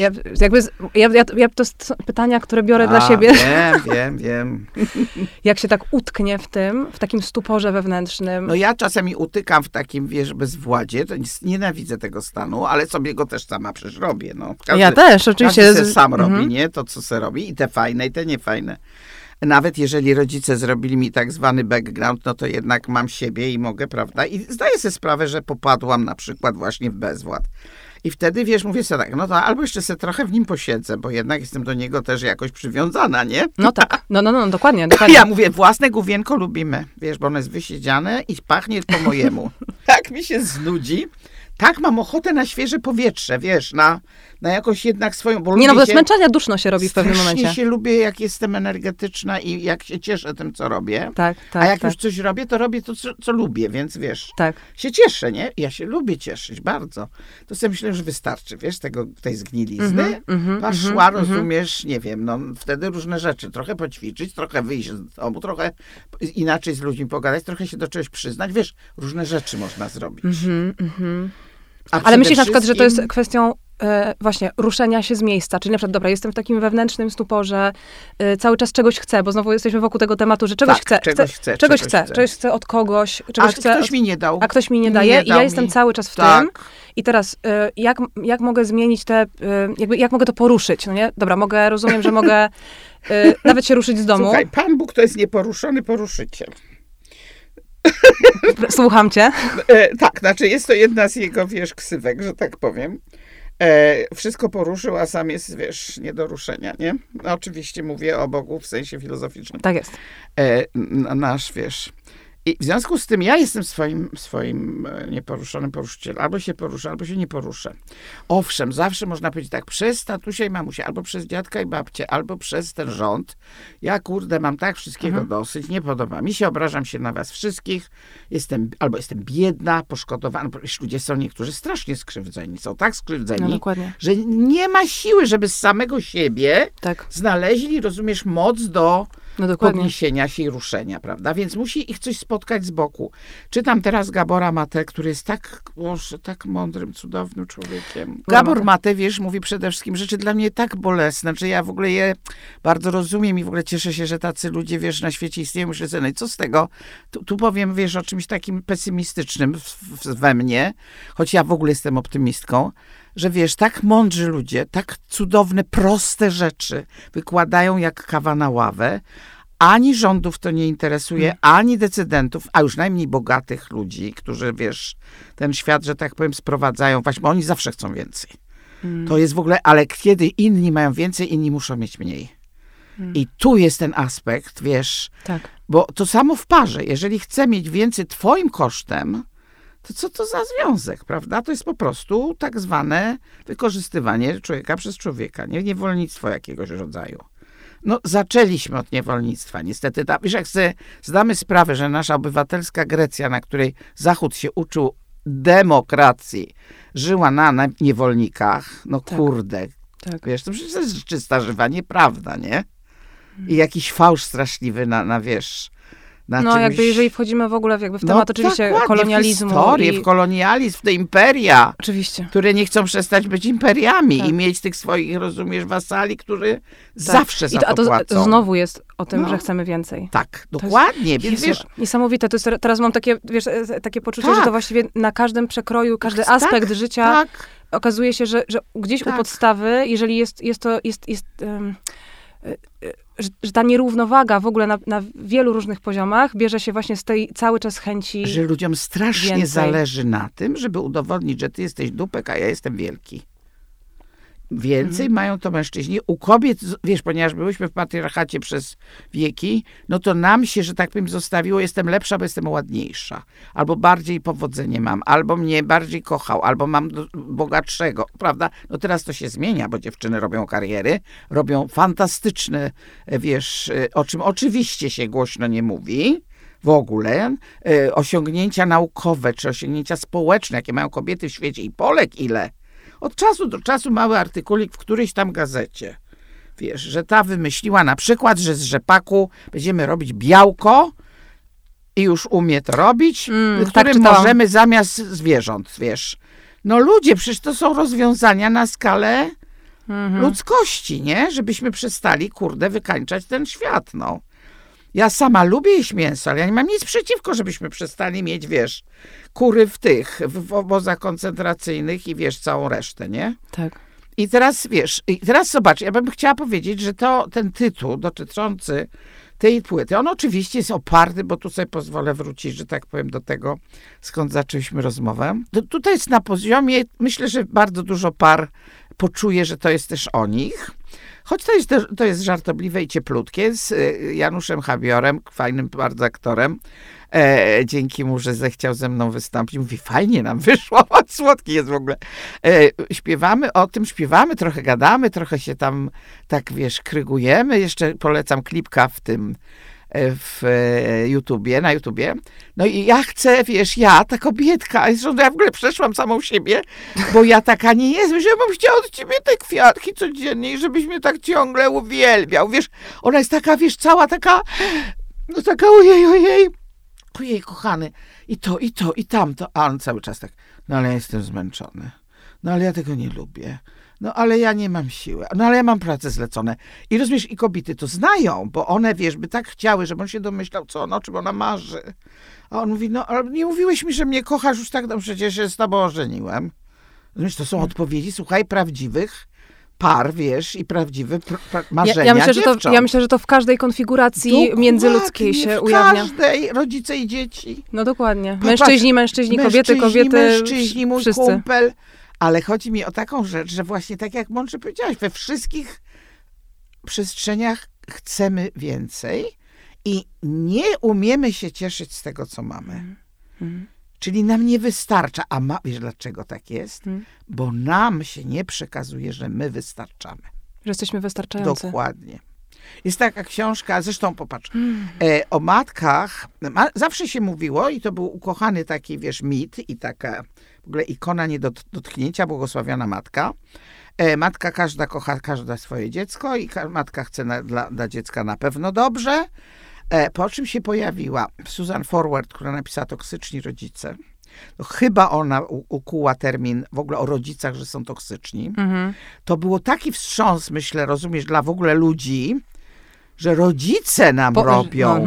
Speaker 1: To są pytania, które biorę dla siebie.
Speaker 2: Wiem.
Speaker 1: Jak się tak utknie w takim stuporze wewnętrznym.
Speaker 2: No ja czasami utykam w takim, wiesz, bezwładzie, to nienawidzę tego stanu, ale sobie go też sama przecież robię, no.
Speaker 1: Ja też, oczywiście.
Speaker 2: Każdy sam robi, nie? To, co se robi i te fajne, i te niefajne. Nawet jeżeli rodzice zrobili mi tak zwany background, no to jednak mam siebie i mogę, prawda? I zdaję sobie sprawę, że popadłam na przykład właśnie w bezwład. I wtedy, wiesz, mówię sobie tak, no to albo jeszcze sobie trochę w nim posiedzę, bo jednak jestem do niego też jakoś przywiązana, nie?
Speaker 1: No tak, no, dokładnie.
Speaker 2: Ja mówię, własne główienko lubimy, wiesz, bo ono jest wysiedziane i pachnie po mojemu. Tak mi się znudzi. Tak, mam ochotę na świeże powietrze, wiesz, na jakąś jednak swoją... Bo
Speaker 1: bo zmęczenia duszno się robi w pewnym momencie.
Speaker 2: Strasznie się lubię, jak jestem energetyczna i jak się cieszę tym, co robię.
Speaker 1: Tak.
Speaker 2: A jak już coś robię, to robię to, co lubię, więc wiesz, się cieszę, nie? Ja się lubię cieszyć bardzo. To sobie myślę, że wystarczy, wiesz, tej zgnilizny. Szła, rozumiesz, nie wiem, no wtedy różne rzeczy. Trochę poćwiczyć, trochę wyjść z domu, trochę inaczej z ludźmi pogadać, trochę się do czegoś przyznać. Wiesz, różne rzeczy można zrobić.
Speaker 1: Ale myślisz na przykład, że to jest kwestią właśnie ruszenia się z miejsca, czyli na przykład, dobra, jestem w takim wewnętrznym stuporze, cały czas czegoś chcę, bo znowu jesteśmy wokół tego tematu, że czegoś chcę od kogoś,
Speaker 2: ktoś mi nie dał.
Speaker 1: A ktoś mi nie daje i ja jestem cały czas w tym. I teraz, jak mogę zmienić jak mogę to poruszyć, no nie? Dobra, rozumiem, że mogę nawet się ruszyć z domu.
Speaker 2: Słuchaj, Pan Bóg to jest nieporuszony poruszyciel.
Speaker 1: Słucham cię.
Speaker 2: Tak, znaczy jest to jedna z jego, wiesz, ksywek, że tak powiem. Wszystko poruszył, a sam jest, wiesz, nie do ruszenia, nie? No, oczywiście mówię o Bogu w sensie filozoficznym.
Speaker 1: Tak jest.
Speaker 2: Nasz, wiesz... I w związku z tym ja jestem swoim nieporuszonym poruszycielem. Albo się poruszę, albo się nie poruszę. Owszem, zawsze można powiedzieć tak, przez tatusia i mamusia, albo przez dziadka i babcię, albo przez ten rząd. Ja, kurde, mam tak wszystkiego dosyć, nie podoba mi się, obrażam się na was wszystkich, jestem biedna, poszkodowana. Ludzie są niektórzy strasznie skrzywdzeni, są tak skrzywdzeni, że nie ma siły, żeby z samego siebie znaleźli, rozumiesz, moc do podniesienia się i ruszenia, prawda? Więc musi ich coś spotkać z boku. Czytam teraz Gabora Mate, który jest tak mądrym, cudownym człowiekiem. Gabor Mate, wiesz, mówi przede wszystkim rzeczy dla mnie tak bolesne, że ja w ogóle je bardzo rozumiem i w ogóle cieszę się, że tacy ludzie, wiesz, na świecie istnieją. Myślę sobie, no i co z tego? Tu powiem, wiesz, o czymś takim pesymistycznym we mnie, choć ja w ogóle jestem optymistką, że wiesz, tak mądrzy ludzie, tak cudowne, proste rzeczy wykładają jak kawa na ławę. Ani rządów to nie interesuje, ani decydentów, a już najmniej bogatych ludzi, którzy, wiesz, ten świat, że tak powiem, sprowadzają. Właśnie, bo oni zawsze chcą więcej. To jest w ogóle, ale kiedy inni mają więcej, inni muszą mieć mniej. I tu jest ten aspekt, wiesz,
Speaker 1: tak.
Speaker 2: Bo to samo w parze. Jeżeli chcę mieć więcej twoim kosztem, to co to za związek, prawda? To jest po prostu tak zwane wykorzystywanie człowieka przez człowieka, nie? Niewolnictwo jakiegoś rodzaju. No, zaczęliśmy od niewolnictwa, niestety. Wiesz, jak sobie zdamy sprawę, że nasza obywatelska Grecja, na której Zachód się uczył demokracji, żyła na niewolnikach, no tak. Kurde. Tak. Wiesz, to przecież jest czysta, żywa nieprawda, nie? I jakiś fałsz straszliwy wiesz...
Speaker 1: No czymś... jakby jeżeli wchodzimy w ogóle w temat oczywiście kolonializmu.
Speaker 2: W historię, w kolonializm, w te imperia.
Speaker 1: Oczywiście.
Speaker 2: Które nie chcą przestać być imperiami i mieć tych swoich, rozumiesz, wasali, którzy zawsze za to płacą.
Speaker 1: To znowu jest o tym, że chcemy więcej.
Speaker 2: Tak, dokładnie. Więc wiesz,
Speaker 1: niesamowite. To jest, teraz mam takie poczucie, że to właściwie na każdym przekroju, każdy aspekt życia okazuje się, że gdzieś u podstawy, jeżeli jest że ta nierównowaga w ogóle na wielu różnych poziomach bierze się właśnie z tej cały czas chęci.
Speaker 2: Że ludziom strasznie zależy na tym, żeby udowodnić, że ty jesteś dupek, a ja jestem wielki. Więcej mają to mężczyźni. U kobiet, wiesz, ponieważ byłyśmy w patriarchacie przez wieki, no to nam się, że tak powiem, zostawiło, jestem lepsza, bo jestem ładniejsza. Albo bardziej powodzenie mam, albo mnie bardziej kochał, albo mam bogatszego, prawda? No teraz to się zmienia, bo dziewczyny robią kariery, robią fantastyczne, wiesz, o czym oczywiście się głośno nie mówi, w ogóle, osiągnięcia naukowe, czy osiągnięcia społeczne, jakie mają kobiety w świecie i Polek ile. Od czasu do czasu mały artykulik w którejś tam gazecie. Wiesz, że ta wymyśliła na przykład, że z rzepaku będziemy robić białko i już umie to robić, którym możemy zamiast zwierząt, wiesz. No ludzie, przecież to są rozwiązania na skalę ludzkości, nie? Żebyśmy przestali, wykańczać ten świat, no. Ja sama lubię jeść mięso, ale ja nie mam nic przeciwko, żebyśmy przestali mieć, wiesz, kury w obozach koncentracyjnych i wiesz, całą resztę, nie?
Speaker 1: Tak.
Speaker 2: I teraz, wiesz, zobacz, ja bym chciała powiedzieć, że ten tytuł dotyczący tej płyty, on oczywiście jest oparty, bo tu sobie pozwolę wrócić, że tak powiem, do tego, skąd zaczęliśmy rozmowę. Tutaj jest na poziomie, myślę, że bardzo dużo par poczuje, że to jest też o nich. Choć to jest żartobliwe i cieplutkie, z Januszem Habiorem, fajnym bardzo aktorem. Dzięki mu, że zechciał ze mną wystąpić. Mówi, fajnie nam wyszło, słodki jest w ogóle. Śpiewamy o tym, trochę gadamy, trochę się tam tak, wiesz, krygujemy. Jeszcze polecam klipka na YouTubie. No i ja chcę, wiesz, ta kobietka, zresztą ja w ogóle przeszłam samą siebie, bo ja taka nie jestem, że ja bym chciała od ciebie te kwiatki codziennie i żebyś mnie tak ciągle uwielbiał, wiesz, ona jest taka, wiesz, cała taka, no taka ojej, kochany, i tamto, a on cały czas tak, no ale ja jestem zmęczony, no ale ja tego nie lubię. No, ale ja nie mam siły. No, ale ja mam pracę zlecone. I rozumiesz, i kobiety to znają, bo one, wiesz, by tak chciały, żeby on się domyślał, o czym ona marzy. A on mówi, no, ale nie mówiłeś mi, że mnie kochasz już tak, no przecież się z tobą ożeniłem. Rozumiesz, to są odpowiedzi, słuchaj, prawdziwych par, wiesz, i prawdziwe marzenia
Speaker 1: ja myślę, że to w każdej konfiguracji międzyludzkiej się ujawnia.
Speaker 2: W każdej, rodzice i dzieci.
Speaker 1: No dokładnie. Mężczyźni, kobiety,
Speaker 2: Mężczyźni, mój
Speaker 1: wszyscy.
Speaker 2: kumpel. Ale chodzi mi o taką rzecz, że właśnie tak jak mądrze powiedziałaś, we wszystkich przestrzeniach chcemy więcej i nie umiemy się cieszyć z tego, co mamy. Czyli nam nie wystarcza. A wiesz, dlaczego tak jest? Bo nam się nie przekazuje, że my wystarczamy.
Speaker 1: Że jesteśmy wystarczający.
Speaker 2: Dokładnie. Jest taka książka, zresztą popatrz, o matkach. Zawsze się mówiło, i to był ukochany taki, wiesz, mit i taka w ogóle ikona nie do dotknięcia, błogosławiona matka. Matka każda kocha każde swoje dziecko i matka chce dla dziecka na pewno dobrze. Po czym się pojawiła Susan Forward, która napisała Toksyczni rodzice. No, chyba ona ukuła termin w ogóle o rodzicach, że są toksyczni. To było taki wstrząs, myślę, rozumiesz, dla w ogóle ludzi, że rodzice nam robią.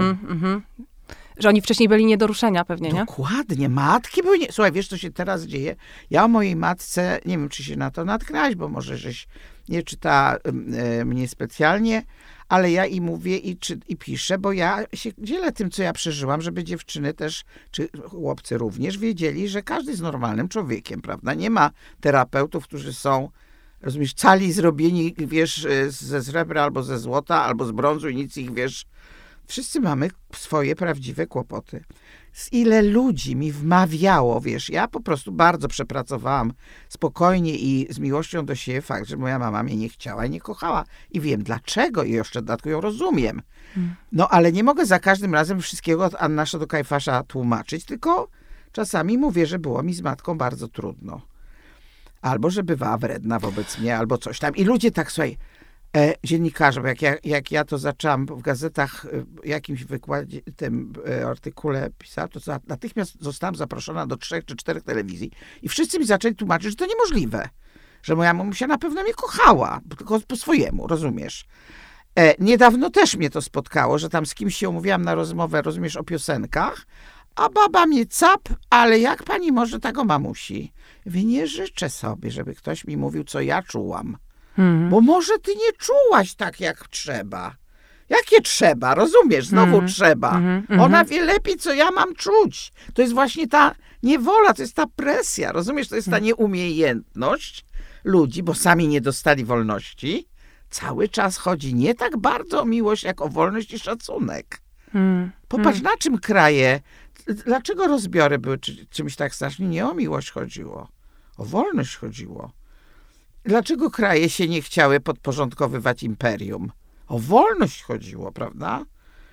Speaker 1: Że oni wcześniej byli nie do ruszenia pewnie, nie?
Speaker 2: Dokładnie. Matki były nie... Słuchaj, wiesz, co się teraz dzieje? Ja o mojej matce, nie wiem, czy się na to natknęłaś, bo może żeś nie czytała mnie specjalnie, ale ja i mówię i piszę, bo ja się dzielę tym, co ja przeżyłam, żeby dziewczyny też, czy chłopcy również wiedzieli, że każdy jest normalnym człowiekiem, prawda? Nie ma terapeutów, którzy są, rozumiesz, cali zrobieni, wiesz, ze srebra albo ze złota, albo z brązu i nic ich, wiesz... Wszyscy mamy swoje prawdziwe kłopoty. Ile ludzi mi wmawiało, wiesz, ja po prostu bardzo przepracowałam spokojnie i z miłością do siebie fakt, że moja mama mnie nie chciała i nie kochała. I wiem dlaczego i jeszcze dodatkowo ją rozumiem. No ale nie mogę za każdym razem wszystkiego od Annasza do Kajfasza tłumaczyć, tylko czasami mówię, że było mi z matką bardzo trudno. Albo że bywała wredna wobec mnie, albo coś tam. I ludzie tak, słuchaj, dziennikarze, bo jak ja to zaczęłam w gazetach, jakimś wykładzie, tym artykule pisałam, to natychmiast zostałam zaproszona do 3 czy 4 telewizji i wszyscy mi zaczęli tłumaczyć, że to niemożliwe, że moja mamusia na pewno mnie kochała, tylko po swojemu, rozumiesz? Niedawno też mnie to spotkało, że tam z kimś się umówiłam na rozmowę, rozumiesz, o piosenkach, a baba mnie ale jak pani może tak o mamusi? Nie życzę sobie, żeby ktoś mi mówił, co ja czułam. Bo może ty nie czułaś tak, jak trzeba. Jakie trzeba? Rozumiesz? Znowu trzeba. Ona wie lepiej, co ja mam czuć. To jest właśnie ta niewola, to jest ta presja. Rozumiesz? To jest ta nieumiejętność ludzi, bo sami nie dostali wolności. Cały czas chodzi nie tak bardzo o miłość, jak o wolność i szacunek. Popatrz, na czym kraje... Dlaczego rozbiory były czymś tak strasznie? Nie o miłość chodziło. O wolność chodziło. Dlaczego kraje się nie chciały podporządkowywać imperium? O wolność chodziło, prawda?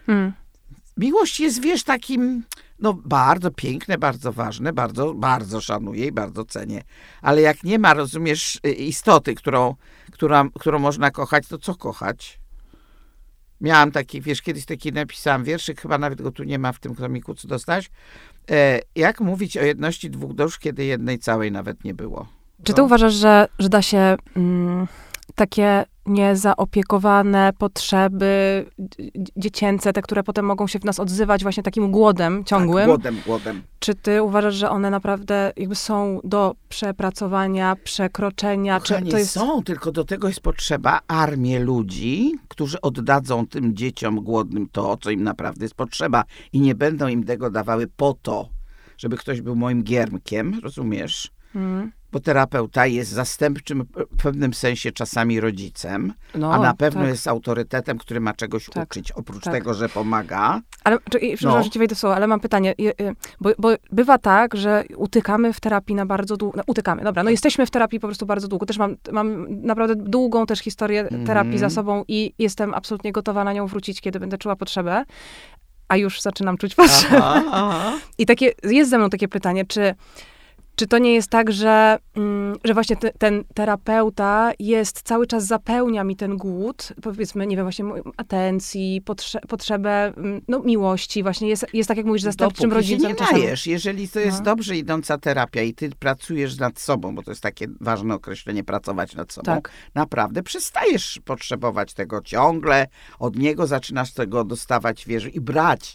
Speaker 2: Miłość jest, wiesz, takim, no bardzo piękne, bardzo ważne, bardzo, bardzo szanuję i bardzo cenię. Ale jak nie ma, rozumiesz, istoty, którą można kochać, to co kochać? Miałam taki, wiesz, kiedyś taki napisałam wierszyk, chyba nawet go tu nie ma w tym tomiku, co dostać. Jak mówić o jedności dwóch dusz, kiedy jednej całej nawet nie było?
Speaker 1: Czy ty uważasz, że da się takie niezaopiekowane potrzeby dziecięce, te, które potem mogą się w nas odzywać właśnie takim głodem ciągłym?
Speaker 2: Tak, głodem.
Speaker 1: Czy ty uważasz, że one naprawdę jakby są do przepracowania, przekroczenia?
Speaker 2: Kochanie,
Speaker 1: to jest...
Speaker 2: są, tylko do tego jest potrzeba armię ludzi, którzy oddadzą tym dzieciom głodnym to, co im naprawdę jest potrzeba i nie będą im tego dawały po to, żeby ktoś był moim giermkiem, rozumiesz? Bo terapeuta jest zastępczym w pewnym sensie czasami rodzicem, a na pewno jest autorytetem, który ma czegoś uczyć, oprócz tego, że pomaga.
Speaker 1: Ale, przepraszam, że ci wejdę w słowo, ale mam pytanie, bo bywa tak, że utykamy w terapii na bardzo długo, jesteśmy w terapii po prostu bardzo długo. Też mam naprawdę długą też historię terapii za sobą i jestem absolutnie gotowa na nią wrócić, kiedy będę czuła potrzebę, a już zaczynam czuć potrzebę. I jest ze mną takie pytanie, czy to nie jest tak, że właśnie ten terapeuta cały czas zapełnia mi ten głód, powiedzmy, nie wiem, właśnie atencji, potrzebę miłości, właśnie jest tak, jak mówisz, zastępczym rodzicem.
Speaker 2: Nie dajesz. Jeżeli to jest dobrze idąca terapia i ty pracujesz nad sobą, bo to jest takie ważne określenie, pracować nad sobą, naprawdę przestajesz potrzebować tego ciągle, od niego zaczynasz tego dostawać, wiesz, i brać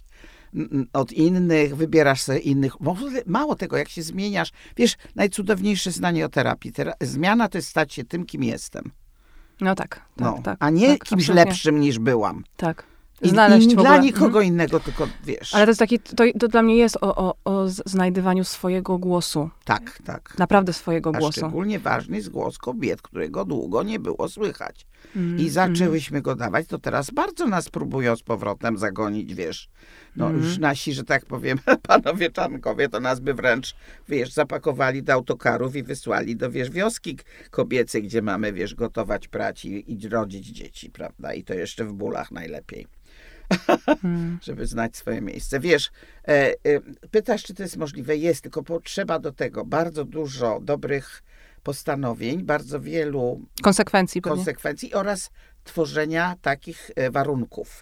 Speaker 2: od innych, wybierasz sobie innych. Mało tego, jak się zmieniasz. Wiesz, najcudowniejsze zdanie o terapii. Zmiana to jest stać się tym, kim jestem.
Speaker 1: Tak.
Speaker 2: A nie kimś absolutnie lepszym niż byłam.
Speaker 1: Tak.
Speaker 2: Znaleźć dla nikogo innego, tylko wiesz.
Speaker 1: Ale to jest taki, to dla mnie jest o znajdywaniu swojego głosu.
Speaker 2: Tak.
Speaker 1: Naprawdę swojego głosu.
Speaker 2: Szczególnie ważny jest głos kobiet, którego długo nie było słychać. I zaczęłyśmy go dawać, to teraz bardzo nas próbują z powrotem zagonić, wiesz. Już nasi, że tak powiem, panowie czarnkowie, to nas by wręcz, wiesz, zapakowali do autokarów i wysłali do, wiesz, wioski kobiecej, gdzie mamy, wiesz, gotować, prać i rodzić dzieci, prawda? I to jeszcze w bólach najlepiej. żeby znać swoje miejsce. Wiesz, pytasz, czy to jest możliwe? Jest, tylko potrzeba do tego bardzo dużo dobrych postanowień, bardzo wielu konsekwencji oraz tworzenia takich warunków.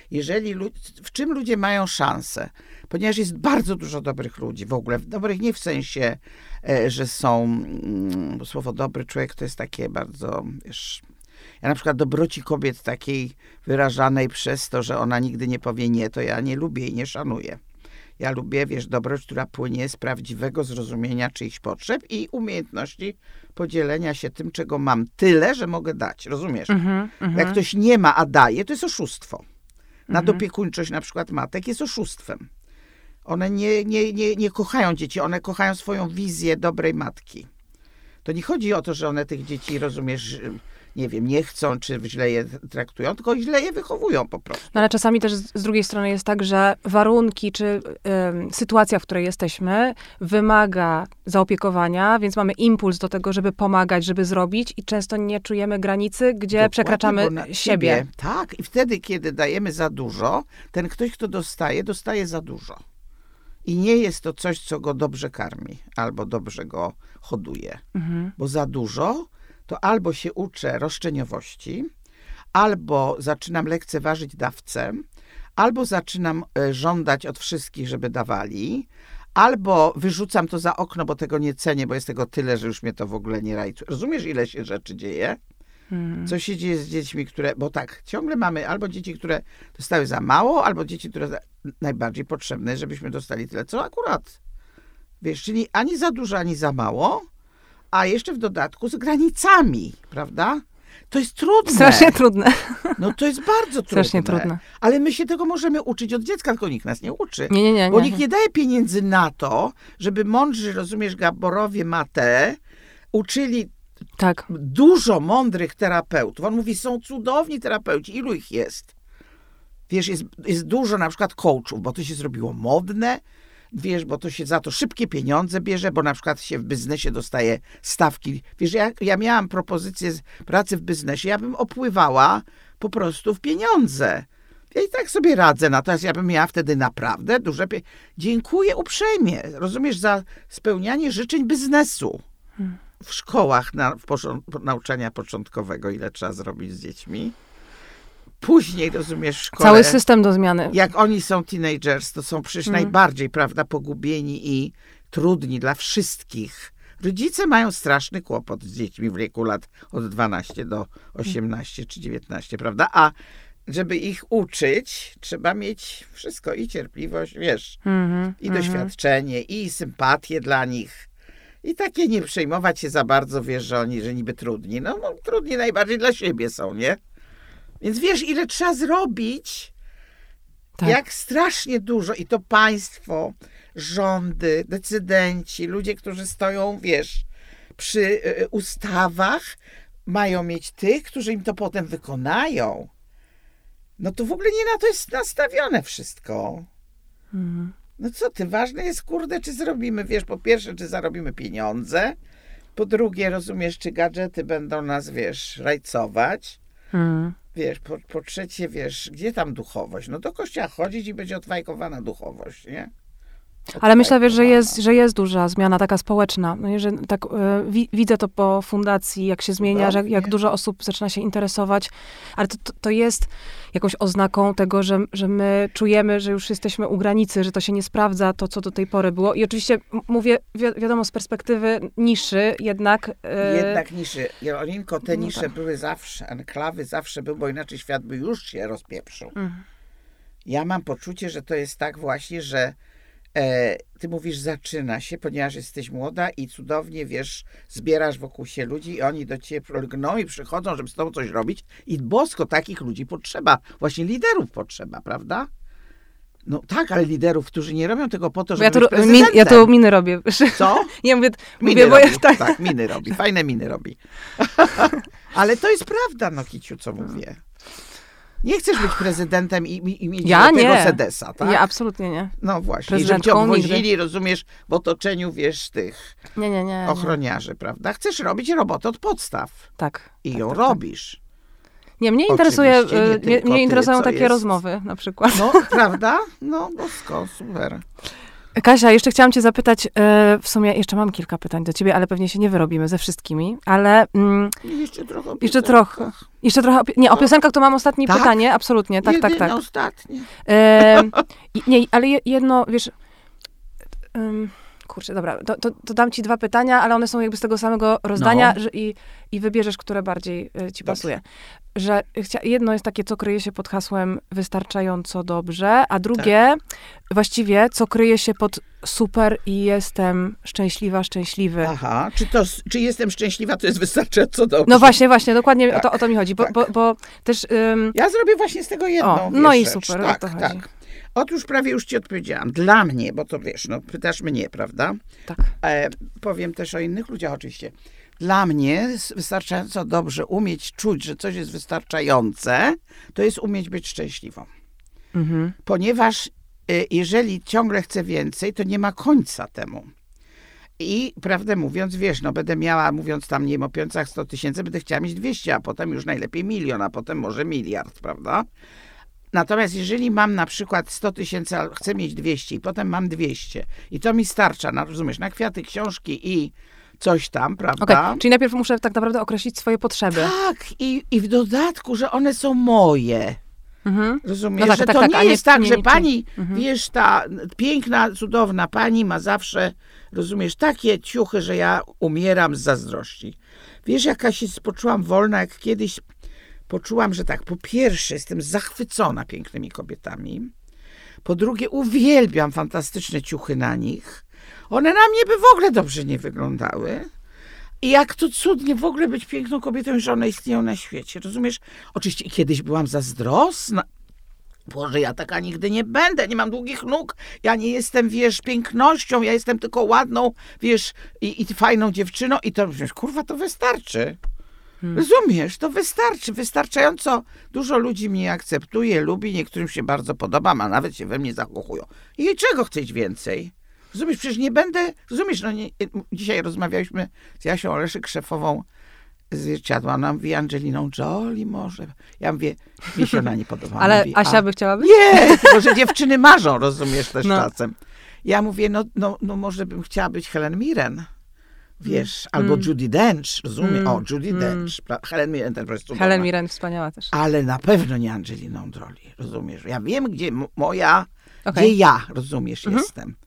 Speaker 2: W czym ludzie mają szansę? Ponieważ jest bardzo dużo dobrych ludzi w ogóle. Dobrych nie w sensie, że są... Słowo dobry człowiek to jest takie bardzo... Wiesz, ja na przykład dobroci kobiet takiej wyrażanej przez to, że ona nigdy nie powie nie, to ja nie lubię i nie szanuję. Ja lubię, wiesz, dobroć, która płynie z prawdziwego zrozumienia czyichś potrzeb i umiejętności podzielenia się tym, czego mam tyle, że mogę dać. Rozumiesz? Jak ktoś nie ma, a daje, to jest oszustwo. Nadopiekuńczość na przykład matek jest oszustwem. One nie kochają dzieci, one kochają swoją wizję dobrej matki. To nie chodzi o to, że one tych dzieci, rozumiesz, nie wiem, nie chcą, czy źle je traktują, tylko źle je wychowują po prostu.
Speaker 1: No ale czasami też z drugiej strony jest tak, że warunki, czy sytuacja, w której jesteśmy, wymaga zaopiekowania, więc mamy impuls do tego, żeby pomagać, żeby zrobić i często nie czujemy granicy, gdzie
Speaker 2: Dokładnie,
Speaker 1: przekraczamy siebie.
Speaker 2: Tak, i wtedy, kiedy dajemy za dużo, ten ktoś, kto dostaje za dużo. I nie jest to coś, co go dobrze karmi, albo dobrze go hoduje. Bo za dużo to albo się uczę roszczeniowości, albo zaczynam lekceważyć dawcę, albo zaczynam żądać od wszystkich, żeby dawali, albo wyrzucam to za okno, bo tego nie cenię, bo jest tego tyle, że już mnie to w ogóle nie rajcuje. Rozumiesz, ile się rzeczy dzieje? Co się dzieje z dziećmi, bo tak, ciągle mamy albo dzieci, które dostały za mało, albo dzieci, które najbardziej potrzebne, żebyśmy dostali tyle, co akurat. Wiesz, czyli ani za dużo, ani za mało, a jeszcze w dodatku z granicami, prawda? To jest trudne.
Speaker 1: Strasznie trudne.
Speaker 2: No to jest bardzo trudne.
Speaker 1: Strasznie trudne.
Speaker 2: Ale my się tego możemy uczyć od dziecka, tylko nikt nas nie uczy.
Speaker 1: Nie.
Speaker 2: Bo nikt nie daje pieniędzy na to, żeby mądrzy, rozumiesz, Gaborowie Mate uczyli dużo mądrych terapeutów. On mówi, są cudowni terapeuci. Ilu ich jest? Wiesz, jest dużo na przykład coachów, bo to się zrobiło modne. Wiesz, bo to się za to szybkie pieniądze bierze, bo na przykład się w biznesie dostaje stawki. Wiesz, ja miałam propozycję pracy w biznesie, ja bym opływała po prostu w pieniądze. Ja i tak sobie radzę, natomiast ja bym miała wtedy naprawdę duże pieniądze. Dziękuję uprzejmie, rozumiesz, za spełnianie życzeń biznesu. W szkołach nauczania początkowego, ile trzeba zrobić z dziećmi. Później, rozumiesz, w szkole...
Speaker 1: Cały system do zmiany.
Speaker 2: Jak oni są teenagers, to są przecież najbardziej, prawda, pogubieni i trudni dla wszystkich. Rodzice mają straszny kłopot z dziećmi w wieku lat od 12 do 18 czy 19, prawda? A żeby ich uczyć, trzeba mieć wszystko, i cierpliwość, wiesz, i doświadczenie, i sympatię dla nich. I takie nie przejmować się za bardzo, wiesz, że niby trudni. No trudni najbardziej dla siebie są, nie? Więc wiesz, ile trzeba zrobić, jak strasznie dużo. I to państwo, rządy, decydenci, ludzie, którzy stoją, wiesz, przy ustawach, mają mieć tych, którzy im to potem wykonają. No to w ogóle nie na to jest nastawione wszystko. No co ty, ważne jest, kurde, czy zrobimy, wiesz, po pierwsze, czy zarobimy pieniądze, po drugie, rozumiesz, czy gadżety będą nas, wiesz, rajcować, wiesz, po trzecie, wiesz, gdzie tam duchowość? No do kościoła chodzić i będzie odfajkowana duchowość, nie?
Speaker 1: Ale myślę, wiesz, że jest duża zmiana taka społeczna. No, że tak widzę to po fundacji, jak się zmienia, że jak dużo osób zaczyna się interesować, ale to jest jakąś oznaką tego, że my czujemy, że już jesteśmy u granicy, że to się nie sprawdza, to co do tej pory było. I oczywiście mówię, wiadomo, z perspektywy niszy jednak...
Speaker 2: Jednak niszy. Jolinko, te nisze były zawsze, enklawy zawsze były, bo inaczej świat by już się rozpieprzył. Ja mam poczucie, że to jest tak właśnie, że ty mówisz, zaczyna się, ponieważ jesteś młoda i cudownie, wiesz, zbierasz wokół się ludzi i oni do ciebie lgną i przychodzą, żeby z tobą coś robić i bosko takich ludzi potrzeba. Właśnie liderów potrzeba, prawda? No tak, ale liderów, którzy nie robią tego po to, żeby być prezydentem.
Speaker 1: Ja tu miny robię.
Speaker 2: Co?
Speaker 1: Ja mówię,
Speaker 2: bo robi, tak, miny robi, fajne miny robi. Ale to jest prawda, no Kiciu, co mówię. Nie chcesz być prezydentem i mieć tego sedesa, tak?
Speaker 1: Ja absolutnie nie.
Speaker 2: No właśnie, żeby cię obwozili, rozumiesz, w otoczeniu, wiesz, tych ochroniarzy, prawda? Chcesz robić robotę od podstaw.
Speaker 1: Tak.
Speaker 2: I ją robisz.
Speaker 1: Nie, mnie mnie interesują takie rozmowy na przykład.
Speaker 2: No, prawda? No, bosko, super.
Speaker 1: Kasia, jeszcze chciałam cię zapytać, w sumie jeszcze mam kilka pytań do ciebie, ale pewnie się nie wyrobimy ze wszystkimi, ale...
Speaker 2: Jeszcze trochę o
Speaker 1: Nie, o piosenkach to mam ostatnie
Speaker 2: tak?
Speaker 1: pytanie, absolutnie, tak.
Speaker 2: Ostatnie.
Speaker 1: Nie, ale jedno, wiesz... Kurczę, dobra, to dam ci 2 pytania, ale one są jakby z tego samego rozdania i wybierzesz, które bardziej ci pasuje. Że jedno jest takie, co kryje się pod hasłem wystarczająco dobrze, a drugie właściwie, co kryje się pod super i jestem szczęśliwa, szczęśliwy.
Speaker 2: Aha, czy jestem szczęśliwa, to jest wystarczająco dobrze.
Speaker 1: No właśnie, dokładnie o to mi chodzi, bo też...
Speaker 2: Ja zrobię właśnie z tego jedną
Speaker 1: no i
Speaker 2: rzecz.
Speaker 1: super,
Speaker 2: tak,
Speaker 1: o to chodzi.
Speaker 2: Tak. Otóż prawie już ci odpowiedziałam. Dla mnie, bo to wiesz, no pytasz mnie, prawda?
Speaker 1: Tak.
Speaker 2: Powiem też o innych ludziach oczywiście. Dla mnie wystarczająco dobrze umieć czuć, że coś jest wystarczające, to jest umieć być szczęśliwą.
Speaker 1: Mhm.
Speaker 2: Ponieważ jeżeli ciągle chcę więcej, to nie ma końca temu. I prawdę mówiąc, wiesz, no będę miała, mówiąc tam, nie wiem, o pieniądzach 100 000, będę chciała mieć 200, a potem już najlepiej 1 000 000, a potem może 1 000 000 000, prawda? Natomiast jeżeli mam na przykład 100 000, ale chcę mieć 200 i potem mam 200 i to mi starcza, rozumiesz, na kwiaty, książki i coś tam, prawda?
Speaker 1: Okay. Czyli najpierw muszę tak naprawdę określić swoje potrzeby.
Speaker 2: Tak, i w dodatku, że one są moje.
Speaker 1: Mhm.
Speaker 2: Rozumiesz,
Speaker 1: no
Speaker 2: że to nie jest tak, że pani, wiesz, ta piękna, cudowna pani ma zawsze, rozumiesz, takie ciuchy, że ja umieram z zazdrości. Wiesz, jaka się poczułam wolna, jak kiedyś poczułam, że tak, po pierwsze jestem zachwycona pięknymi kobietami, po drugie uwielbiam fantastyczne ciuchy na nich. One na mnie by w ogóle dobrze nie wyglądały. I jak to cudnie w ogóle być piękną kobietą, że one istnieją na świecie, rozumiesz? Oczywiście kiedyś byłam zazdrosna. Boże, ja taka nigdy nie będę, nie mam długich nóg, ja nie jestem, wiesz, pięknością, ja jestem tylko ładną, wiesz, i fajną dziewczyną i to, wiesz, kurwa, to wystarczy. Rozumiesz, to wystarczy. Wystarczająco dużo ludzi mnie akceptuje, lubi, niektórym się bardzo podoba, a nawet się we mnie zakochują. I czego chcieć więcej? Rozumiesz, przecież nie będę, rozumiesz, no nie, dzisiaj rozmawialiśmy z Jasią Oleszyk, szefową Zwierciadła, ona mówi Angeliną Jolie może. Ja mówię, mi się ona nie podoba.
Speaker 1: Ale
Speaker 2: mówi,
Speaker 1: Asia by chciała być?
Speaker 2: Nie, tylko że dziewczyny marzą, rozumiesz, też czasem. Ja mówię, no może bym chciała być Helen Mirren. Wiesz, albo Judi Dench, rozumiem? O, Judi Dench. Helen Mirren też jest cudowna.
Speaker 1: Helen Mirren wspaniała też.
Speaker 2: Ale na pewno nie Angeliną Jolie, rozumiesz? Ja wiem, gdzie gdzie ja, rozumiesz, jestem.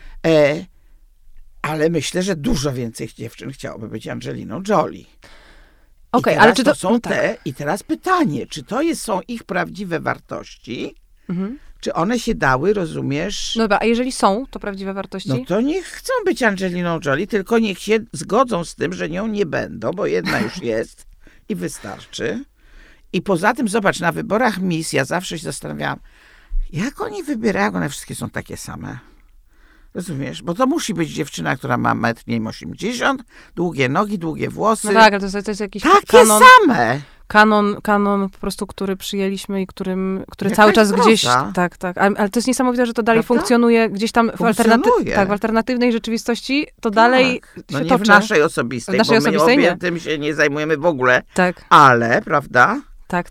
Speaker 2: Ale myślę, że dużo więcej dziewczyn chciałoby być Angeliną Jolie.
Speaker 1: Okej, ale czy
Speaker 2: to są te... I teraz pytanie, czy to są ich prawdziwe wartości? Czy one się dały, rozumiesz?
Speaker 1: No dobra, a jeżeli są to prawdziwe wartości?
Speaker 2: No to niech chcą być Angeliną Jolie, tylko niech się zgodzą z tym, że nią nie będą, bo jedna już jest i wystarczy. I poza tym, zobacz, na wyborach Miss ja zawsze się zastanawiałam, jak oni wybierają, one wszystkie są takie same. Rozumiesz? Bo to musi być dziewczyna, która ma 1,80 m, długie nogi, długie włosy.
Speaker 1: No tak, ale to jest jakiś
Speaker 2: takie
Speaker 1: kanon.
Speaker 2: Same!
Speaker 1: Kanon po prostu, który przyjęliśmy i który cały czas gdzieś... Tak. Ale to jest niesamowite, że to dalej funkcjonuje gdzieś tam w alternatywnej rzeczywistości, to dalej
Speaker 2: no
Speaker 1: się
Speaker 2: nie
Speaker 1: toczy.
Speaker 2: W naszej osobistej, bo my obie tym się nie zajmujemy w ogóle.
Speaker 1: Tak.
Speaker 2: Ale, prawda?
Speaker 1: Tak.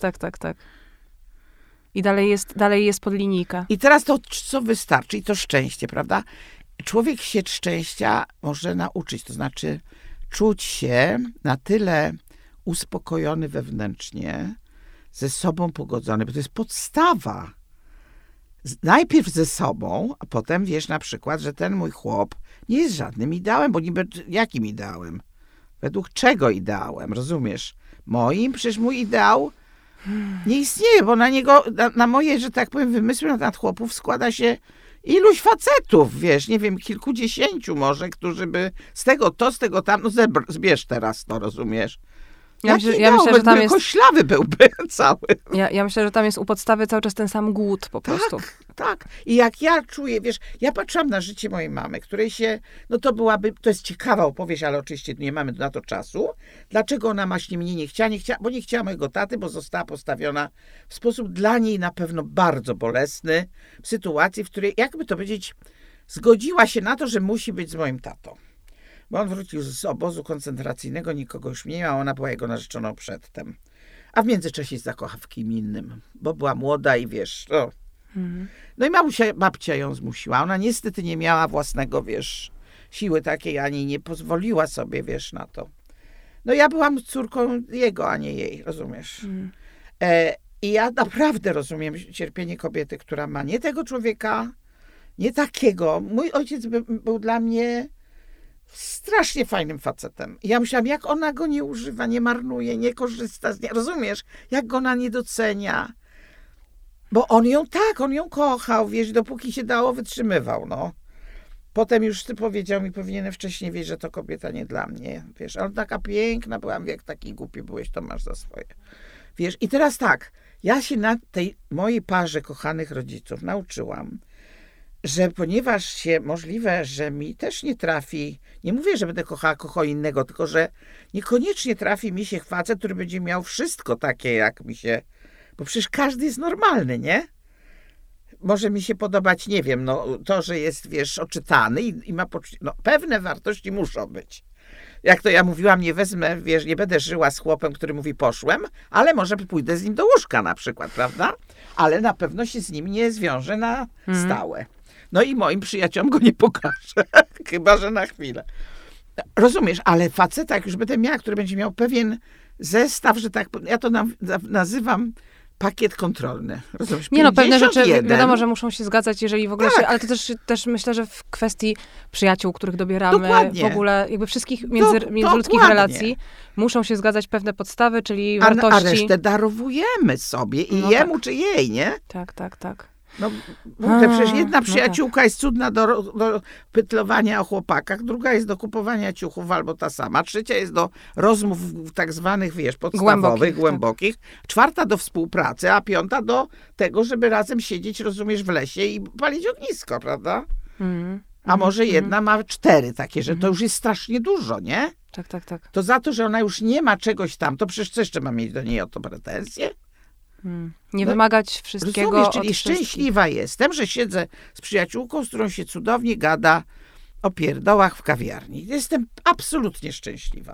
Speaker 1: I dalej jest podlinijka.
Speaker 2: I teraz to, co wystarczy, i to szczęście, prawda? Człowiek się szczęścia może nauczyć, to znaczy czuć się na tyle uspokojony wewnętrznie, ze sobą pogodzony, bo to jest podstawa. Najpierw ze sobą, a potem wiesz na przykład, że ten mój chłop nie jest żadnym ideałem, bo niby jakim ideałem? Według czego ideałem, rozumiesz? Przecież mój ideał nie istnieje, bo na niego, na moje, że tak powiem, wymysły nad chłopów składa się iluś facetów, wiesz, nie wiem, kilkudziesięciu może, którzy by z tego tam, no zbierz teraz to, rozumiesz? Ja myślę, że tam jest... Koślawy byłby cały.
Speaker 1: Ja myślę, że tam jest u podstawy cały czas ten sam głód po prostu.
Speaker 2: Tak. I jak ja czuję, wiesz, ja patrzyłam na życie mojej mamy, której się, no to jest ciekawa opowieść, ale oczywiście nie mamy na to czasu. Dlaczego ona właśnie mnie nie chciała, bo nie chciała mojego taty, bo została postawiona w sposób dla niej na pewno bardzo bolesny, w sytuacji, w której, jakby to powiedzieć, zgodziła się na to, że musi być z moim tatą. Bo on wrócił z obozu koncentracyjnego, nikogo już nie miał, ona była jego narzeczoną przedtem. A w międzyczasie się zakocha w kim innym, bo była młoda i wiesz, no.
Speaker 1: Mhm.
Speaker 2: No i babcia ją zmusiła. Ona niestety nie miała własnego, wiesz, siły takiej, ani nie pozwoliła sobie, wiesz, na to. No ja byłam córką jego, a nie jej, rozumiesz? I ja naprawdę rozumiem cierpienie kobiety, która ma nie tego człowieka, nie takiego. Mój ojciec był dla mnie strasznie fajnym facetem. I ja myślałam, jak ona go nie używa, nie marnuje, nie korzysta z niej. Rozumiesz? Jak go ona nie docenia. Bo on ją kochał, wiesz, dopóki się dało, wytrzymywał, no. Potem już powiedział mi, powinienem wcześniej wiedzieć, że to kobieta nie dla mnie, wiesz. Ale taka piękna byłam, jak taki głupi byłeś, to masz za swoje. Wiesz, i teraz tak, ja się na tej mojej parze kochanych rodziców nauczyłam, że ponieważ możliwe, że mi też nie trafi, nie mówię, że będę kochała kogo innego, tylko że niekoniecznie trafi mi się facet, który będzie miał wszystko takie, jak mi się... Bo przecież każdy jest normalny, nie? Może mi się podobać, nie wiem, no to, że jest, wiesz, oczytany i ma poczucie... No pewne wartości muszą być. Jak to ja mówiłam, nie wezmę, wiesz, nie będę żyła z chłopem, który mówi poszłem, ale może pójdę z nim do łóżka na przykład, prawda? Ale na pewno się z nim nie zwiążę na stałe. No i moim przyjaciołom go nie pokażę, chyba że na chwilę. Rozumiesz, ale faceta, jak już będę miała, który będzie miał pewien zestaw, że tak, ja to nazywam pakiet kontrolny. Rozumiesz?
Speaker 1: Nie no, pewne rzeczy
Speaker 2: 51.
Speaker 1: wiadomo, że muszą się zgadzać, jeżeli w ogóle
Speaker 2: Tak.
Speaker 1: się, ale to też myślę, że w kwestii przyjaciół, których dobieramy,
Speaker 2: Dokładnie.
Speaker 1: w ogóle jakby wszystkich międzyludzkich
Speaker 2: dokładnie.
Speaker 1: relacji, muszą się zgadzać pewne podstawy, czyli
Speaker 2: A
Speaker 1: wartości.
Speaker 2: resztę darowujemy sobie i
Speaker 1: No
Speaker 2: jemu
Speaker 1: tak.
Speaker 2: czy jej, nie?
Speaker 1: Tak.
Speaker 2: No, mówię, przecież jedna
Speaker 1: no
Speaker 2: przyjaciółka jest cudna do pytlowania o chłopakach, druga jest do kupowania ciuchów albo ta sama, trzecia jest do rozmów tak zwanych, wiesz, podstawowych, głębokich, czwarta do współpracy, a piąta do tego, żeby razem siedzieć, rozumiesz, w lesie i palić ognisko, prawda? A może jedna ma 4 takie, że to już jest strasznie dużo, nie?
Speaker 1: Tak.
Speaker 2: To za to, że ona już nie ma czegoś tam, to przecież co jeszcze ma mieć do niej o to pretensje?
Speaker 1: Nie wymagać wszystkiego.
Speaker 2: Rozumiesz, czyli szczęśliwa jestem, że siedzę z przyjaciółką, z którą się cudownie gada o pierdołach w kawiarni. Jestem absolutnie szczęśliwa.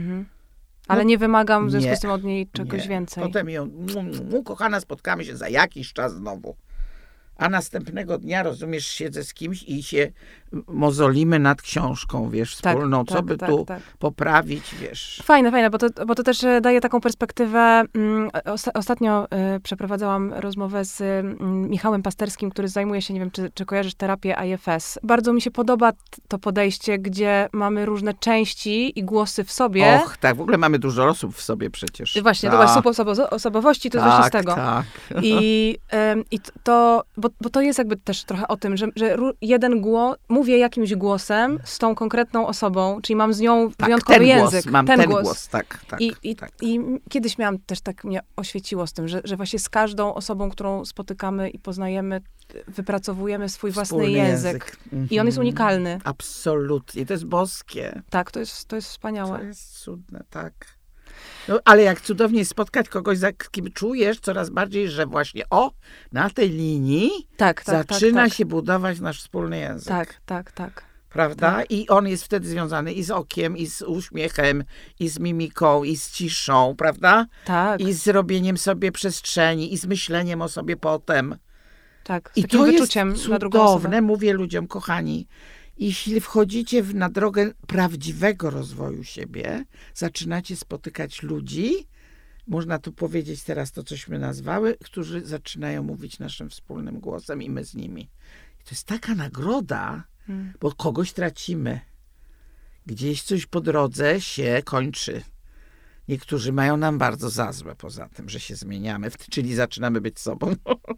Speaker 1: Ale nie wymagam w związku
Speaker 2: nie,
Speaker 1: z tym od niej czegoś więcej.
Speaker 2: Potem ją, kochana, spotkamy się za jakiś czas znowu. A następnego dnia, rozumiesz, siedzę z kimś i się mozolimy nad książką, wiesz, wspólną, co by tu poprawić, wiesz.
Speaker 1: Fajne, bo to też daje taką perspektywę. Ostatnio przeprowadzałam rozmowę z Michałem Pasterskim, który zajmuje się, nie wiem, czy kojarzysz terapię IFS. Bardzo mi się podoba to podejście, gdzie mamy różne części i głosy w sobie.
Speaker 2: Och, tak, w ogóle mamy dużo osób w sobie przecież.
Speaker 1: Właśnie, to właśnie osobowości, to jest właśnie z tego.
Speaker 2: Tak.
Speaker 1: I to, bo to jest jakby też trochę o tym, że jeden głos, mówię jakimś głosem z tą konkretną osobą, czyli mam z nią wyjątkowy język.
Speaker 2: Ten głos, tak.
Speaker 1: I kiedyś miałam też tak, mnie oświeciło z tym, że właśnie z każdą osobą, którą spotykamy i poznajemy, wypracowujemy swój własny język. I on jest unikalny.
Speaker 2: Absolutnie, to jest boskie.
Speaker 1: Tak, to jest wspaniałe.
Speaker 2: To jest cudne, tak. No, ale jak cudownie spotkać kogoś, z kim czujesz coraz bardziej, że właśnie na tej linii zaczyna się budować nasz wspólny język.
Speaker 1: Tak.
Speaker 2: Prawda?
Speaker 1: Tak.
Speaker 2: I on jest wtedy związany i z okiem, i z uśmiechem, i z mimiką, i z ciszą, prawda?
Speaker 1: Tak.
Speaker 2: I z robieniem sobie przestrzeni, i z myśleniem o sobie potem.
Speaker 1: Tak, z
Speaker 2: I
Speaker 1: takim
Speaker 2: to
Speaker 1: wyczuciem
Speaker 2: jest
Speaker 1: na drugą osobę.
Speaker 2: cudowne, mówię ludziom, kochani, jeśli wchodzicie na drogę prawdziwego rozwoju siebie, zaczynacie spotykać ludzi, można tu powiedzieć teraz to, cośmy nazwały, którzy zaczynają mówić naszym wspólnym głosem i my z nimi. I to jest taka nagroda, bo kogoś tracimy. Gdzieś coś po drodze się kończy. Niektórzy mają nam bardzo za złe poza tym, że się zmieniamy, czyli zaczynamy być sobą.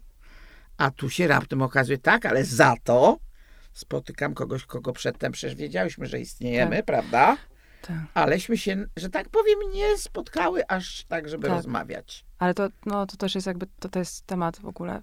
Speaker 2: A tu się raptem okazuje, tak, ale za to spotykam kogoś, kogo przedtem przecież wiedziałyśmy, że istniejemy, prawda?
Speaker 1: Tak.
Speaker 2: Aleśmy się, że tak powiem, nie spotkały aż tak, żeby rozmawiać.
Speaker 1: Ale to też jest jakby, to jest temat w ogóle.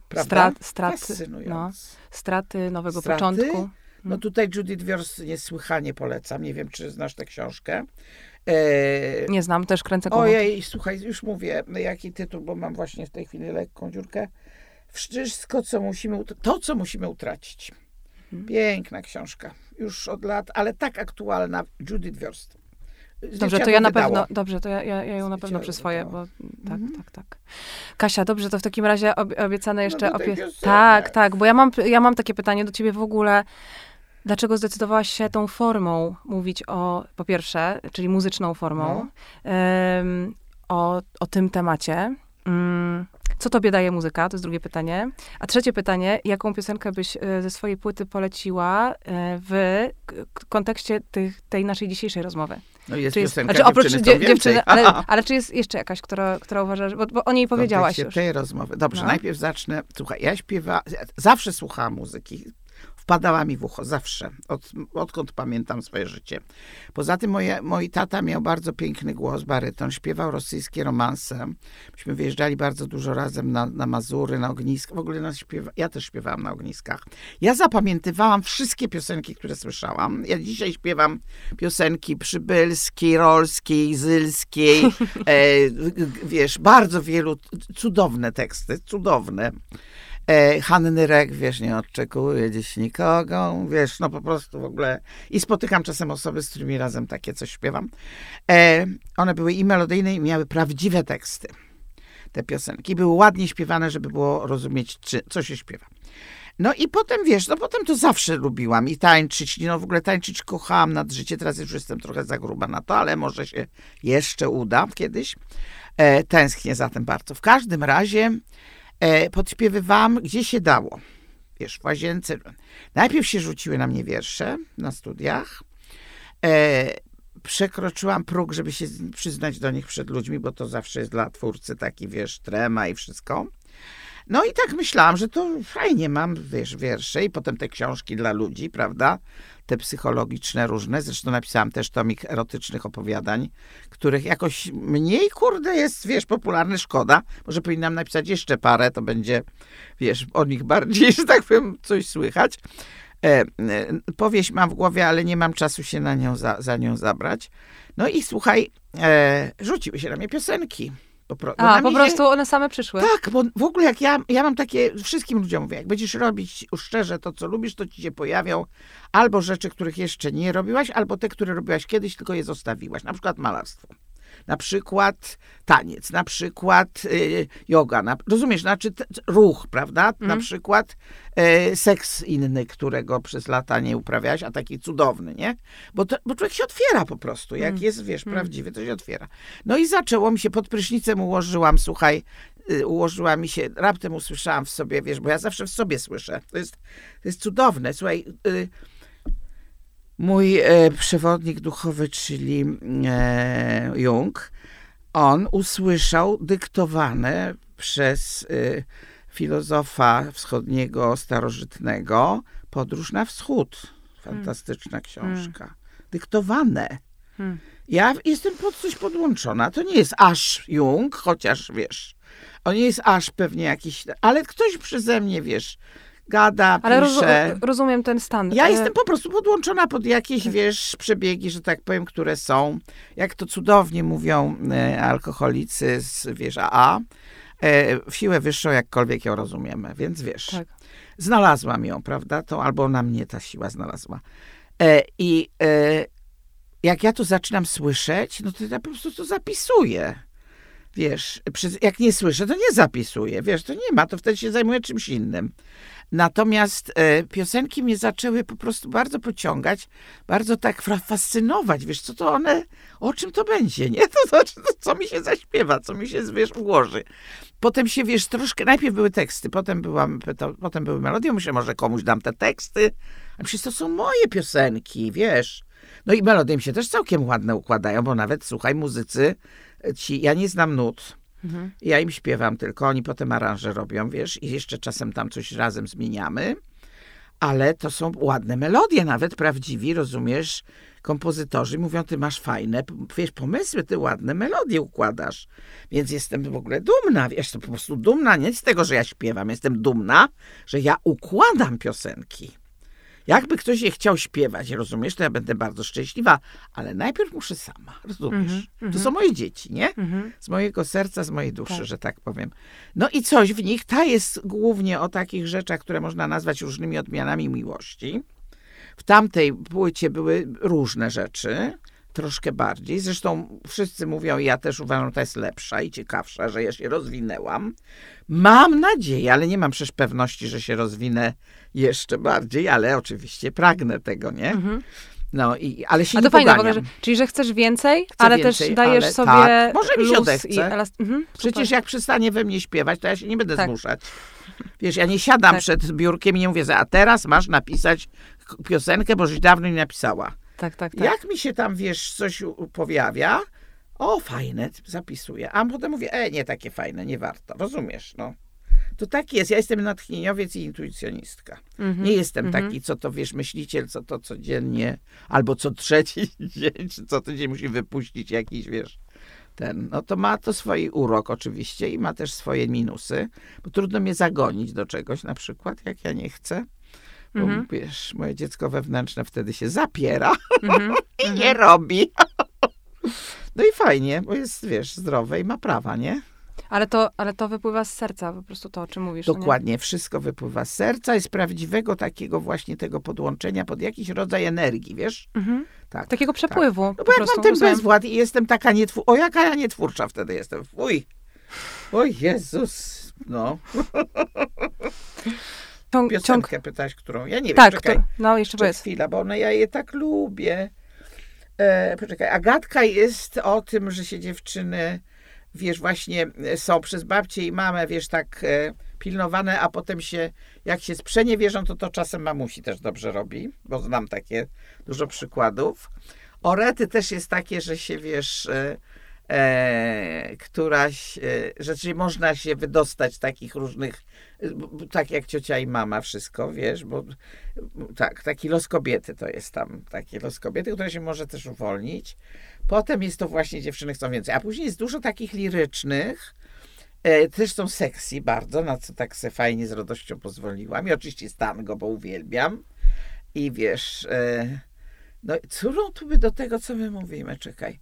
Speaker 1: Straty nowego początku.
Speaker 2: No tutaj Judith Viors niesłychanie polecam. Nie wiem, czy znasz tę książkę.
Speaker 1: Nie znam, też kręcę głową.
Speaker 2: Ojej, słuchaj, już mówię, jaki tytuł, bo mam właśnie w tej chwili lekką dziurkę. Wszystko, co musimy utracić. Piękna książka. Już od lat, ale tak aktualna. Judith Viors.
Speaker 1: Dobrze, to ja na pewno, ja ją na pewno przyswoję, bo tak. Kasia, dobrze, to w takim razie obiecane jeszcze... Tak, bo ja mam takie pytanie do ciebie w ogóle. Dlaczego zdecydowałaś się tą formą mówić po pierwsze, czyli muzyczną formą, o tym temacie? Co tobie daje muzyka? To jest drugie pytanie. A trzecie pytanie, jaką piosenkę byś ze swojej płyty poleciła w kontekście tej naszej dzisiejszej rozmowy?
Speaker 2: No jest
Speaker 1: czy
Speaker 2: piosenka
Speaker 1: oprócz
Speaker 2: dziewczyny,
Speaker 1: ale czy jest jeszcze jakaś, która uważasz, bo o niej powiedziałaś już.
Speaker 2: tej rozmowy. Dobrze, najpierw zacznę. Słuchaj, ja zawsze słuchałam muzyki. Wpadała mi w ucho, zawsze, odkąd pamiętam swoje życie. Poza tym mój tata miał bardzo piękny głos, baryton, śpiewał rosyjskie romanse. Myśmy wyjeżdżali bardzo dużo razem na Mazury, na ogniska. W ogóle ja też śpiewałam na ogniskach. Ja zapamiętywałam wszystkie piosenki, które słyszałam. Ja dzisiaj śpiewam piosenki Przybylskiej, Rolskiej, Zylskiej. Wiesz, bardzo wielu, cudowne teksty, cudowne. Hanny Rek, wiesz, nie oczekuję dziś nikogo, wiesz, no po prostu w ogóle. I spotykam czasem osoby, z którymi razem takie coś śpiewam. One były i melodyjne, i miały prawdziwe teksty. Te piosenki były ładnie śpiewane, żeby było rozumieć, co się śpiewa. No i potem, wiesz, potem to zawsze lubiłam i tańczyć, w ogóle tańczyć kochałam nad życie. Teraz już jestem trochę za gruba na to, ale może się jeszcze uda kiedyś. Tęsknię za tym bardzo. W każdym razie podśpiewywałam, gdzie się dało. Wiesz, w łazience. Najpierw się rzuciły na mnie wiersze na studiach. Przekroczyłam próg, żeby się przyznać do nich przed ludźmi, bo to zawsze jest dla twórcy taki, wiesz, trema i wszystko. No i tak myślałam, że to fajnie mam, wiesz, wiersze i potem te książki dla ludzi, prawda? Te psychologiczne różne. Zresztą napisałam też tomik erotycznych opowiadań, których jakoś mniej, jest, wiesz, popularny, szkoda. Może powinnam napisać jeszcze parę, to będzie, wiesz, o nich bardziej, że tak powiem, coś słychać. Powieść mam w głowie, ale nie mam czasu się za nią zabrać. No i słuchaj, rzuciły się na mnie piosenki. Po
Speaker 1: prostu one same przyszły.
Speaker 2: Tak, bo w ogóle jak ja mam takie, wszystkim ludziom mówię, jak będziesz robić szczerze to, co lubisz, to ci się pojawią albo rzeczy, których jeszcze nie robiłaś, albo te, które robiłaś kiedyś, tylko je zostawiłaś. Na przykład malarstwo. Na przykład taniec, na przykład yoga, rozumiesz, znaczy ruch, prawda? Na przykład seks inny, którego przez lata nie uprawiałaś, a taki cudowny, nie? Bo człowiek się otwiera po prostu, jak jest, wiesz, prawdziwy, to się otwiera. No i zaczęło mi się, pod prysznicem ułożyła mi się, raptem usłyszałam w sobie, wiesz, bo ja zawsze w sobie słyszę, to jest cudowne, słuchaj, mój przewodnik duchowy, czyli Jung, on usłyszał dyktowane przez filozofa wschodniego, starożytnego Podróż na wschód. Fantastyczna książka. Dyktowane. Ja jestem pod coś podłączona. To nie jest aż Jung, chociaż wiesz, on nie jest aż pewnie jakiś, ale ktoś przeze mnie, wiesz, gada, pisze.
Speaker 1: Ale rozumiem ten stan.
Speaker 2: Ja jestem po prostu podłączona pod jakieś, wiesz, przebiegi, że tak powiem, które są, jak to cudownie mówią alkoholicy z, wiesz, AA, w siłę wyższą, jakkolwiek ją rozumiemy. Więc wiesz, tak. Znalazłam ją, prawda? To albo ona mnie ta siła znalazła. Jak ja to zaczynam słyszeć, no to ja po prostu to zapisuję. Wiesz, jak nie słyszę, to nie zapisuję. Wiesz, to nie ma, to wtedy się zajmuję czymś innym. Natomiast piosenki mnie zaczęły po prostu bardzo pociągać, bardzo tak fascynować. Wiesz, o czym to będzie, nie? To znaczy, co mi się zaśpiewa, co mi się, wiesz, ułoży. Potem się, wiesz, troszkę, najpierw były teksty, potem były melodie. Myślę, może komuś dam te teksty. A przecież to są moje piosenki, wiesz. No i melodie mi się też całkiem ładne układają, bo nawet, słuchaj, muzycy ja nie znam nut. Ja im śpiewam tylko, oni potem aranże robią, wiesz, i jeszcze czasem tam coś razem zmieniamy, ale to są ładne melodie, nawet prawdziwi, rozumiesz, kompozytorzy mówią, ty masz fajne, wiesz, pomysły, ty ładne melodie układasz, więc jestem w ogóle dumna, wiesz, to po prostu dumna, nie z tego, że ja śpiewam, jestem dumna, że ja układam piosenki. Jakby ktoś je chciał śpiewać, rozumiesz, to ja będę bardzo szczęśliwa, ale najpierw muszę sama, rozumiesz? To są moje dzieci, nie? Z mojego serca, z mojej duszy, że tak powiem. No i coś w nich, ta jest głównie o takich rzeczach, które można nazwać różnymi odmianami miłości. W tamtej płycie były różne rzeczy. troszkę bardziej. Zresztą wszyscy mówią, ja też uważam, że ta jest lepsza i ciekawsza, że ja się rozwinęłam. Mam nadzieję, ale nie mam przecież pewności, że się rozwinę jeszcze bardziej, ale oczywiście pragnę tego, nie? No ale się nie poganiam.
Speaker 1: Fajne, czyli że chcesz więcej, ale też dajesz
Speaker 2: ale
Speaker 1: sobie
Speaker 2: tak, może mi się
Speaker 1: luz
Speaker 2: odechce. Przecież jak przestanie we mnie śpiewać, to ja się nie będę zmuszać. Wiesz, ja nie siadam przed biurkiem i nie mówię, a teraz masz napisać piosenkę, bo żeś dawno nie napisała.
Speaker 1: Tak.
Speaker 2: Jak mi się tam, wiesz, coś pojawia, o, fajne, zapisuję. A potem mówię, nie takie fajne, nie warto. Rozumiesz, no. To tak jest. Ja jestem natchnieniowiec i intuicjonistka. Nie jestem taki, co to, wiesz, myśliciel, co to codziennie, albo co trzeci dzień, czy co tydzień musi wypuścić jakiś, wiesz, no to ma to swój urok oczywiście i ma też swoje minusy, bo trudno mnie zagonić do czegoś na przykład, jak ja nie chcę. Bo wiesz, moje dziecko wewnętrzne wtedy się zapiera i nie robi. No i fajnie, bo jest, wiesz, zdrowe i ma prawa, nie?
Speaker 1: Ale to wypływa z serca, po prostu to, o czym mówisz.
Speaker 2: Dokładnie,
Speaker 1: nie?
Speaker 2: Wszystko wypływa z serca i z prawdziwego takiego właśnie tego podłączenia pod jakiś rodzaj energii, wiesz? Tak,
Speaker 1: takiego przepływu.
Speaker 2: Tak. No bo jak mam ten bezwład i jestem taka jaka ja nietwórcza wtedy jestem. O Jezus, no. Piosenkę pytałaś, którą? Ja nie wiem, czekaj.
Speaker 1: No, jeszcze powiedz.
Speaker 2: Chwila, bo ja je tak lubię. Poczekaj, Agatka jest o tym, że się dziewczyny, wiesz, właśnie są przez babcię i mamę, wiesz, tak pilnowane, a potem jak się sprzeniewierzą, to czasem mamusi też dobrze robi, bo znam takie dużo przykładów. O Rety też jest takie, że się, wiesz, że można się wydostać z takich różnych, tak jak ciocia i mama, wszystko, wiesz, bo tak, taki los kobiety to jest tam, takie los kobiety, które się może też uwolnić. Potem jest to właśnie dziewczyny chcą więcej, a później jest dużo takich lirycznych, też są sexy bardzo, na co tak se fajnie z radością pozwoliłam i oczywiście jest tango, bo uwielbiam i wiesz, no córą tu by do tego, co my mówimy, czekaj.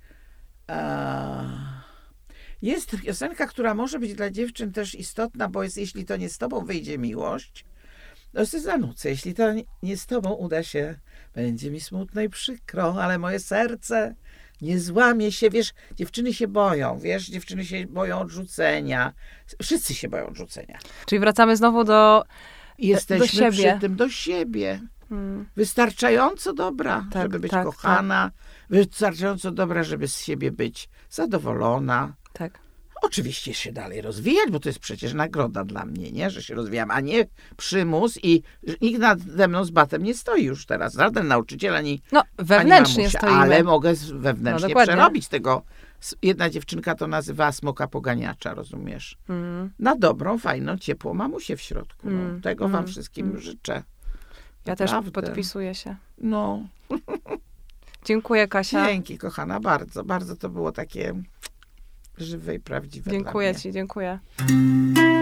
Speaker 2: Jest piosenka, która może być dla dziewczyn też istotna, bo jest, jeśli to nie z tobą wyjdzie miłość, to jest zanucę. Jeśli to nie z tobą uda się, będzie mi smutno i przykro, ale moje serce nie złamie się. Wiesz, dziewczyny się boją, dziewczyny się boją odrzucenia. Wszyscy się boją odrzucenia.
Speaker 1: Czyli wracamy znowu do
Speaker 2: Jesteśmy
Speaker 1: siebie.
Speaker 2: Przy tym do siebie. Wystarczająco dobra, żeby być kochana. Wystarczająco dobra, żeby z siebie być zadowolona.
Speaker 1: Tak.
Speaker 2: Oczywiście się dalej rozwijać, bo to jest przecież nagroda dla mnie, nie? Że się rozwijam, a nie przymus i nikt nade mną z batem nie stoi już teraz. Żaden nauczyciel ani
Speaker 1: wewnętrznie
Speaker 2: ani mamusia,
Speaker 1: stoimy.
Speaker 2: ale mogę wewnętrznie przerobić tego. Jedna dziewczynka to nazywała smoka poganiacza, rozumiesz? Na dobrą, fajną, ciepłą mamusię w środku. No. Tego wam wszystkim życzę.
Speaker 1: Ja też podpisuję się.
Speaker 2: No.
Speaker 1: Dziękuję, Kasia.
Speaker 2: Dzięki, kochana, bardzo, bardzo to było takie żywe i prawdziwe.
Speaker 1: Dziękuję ci, dziękuję.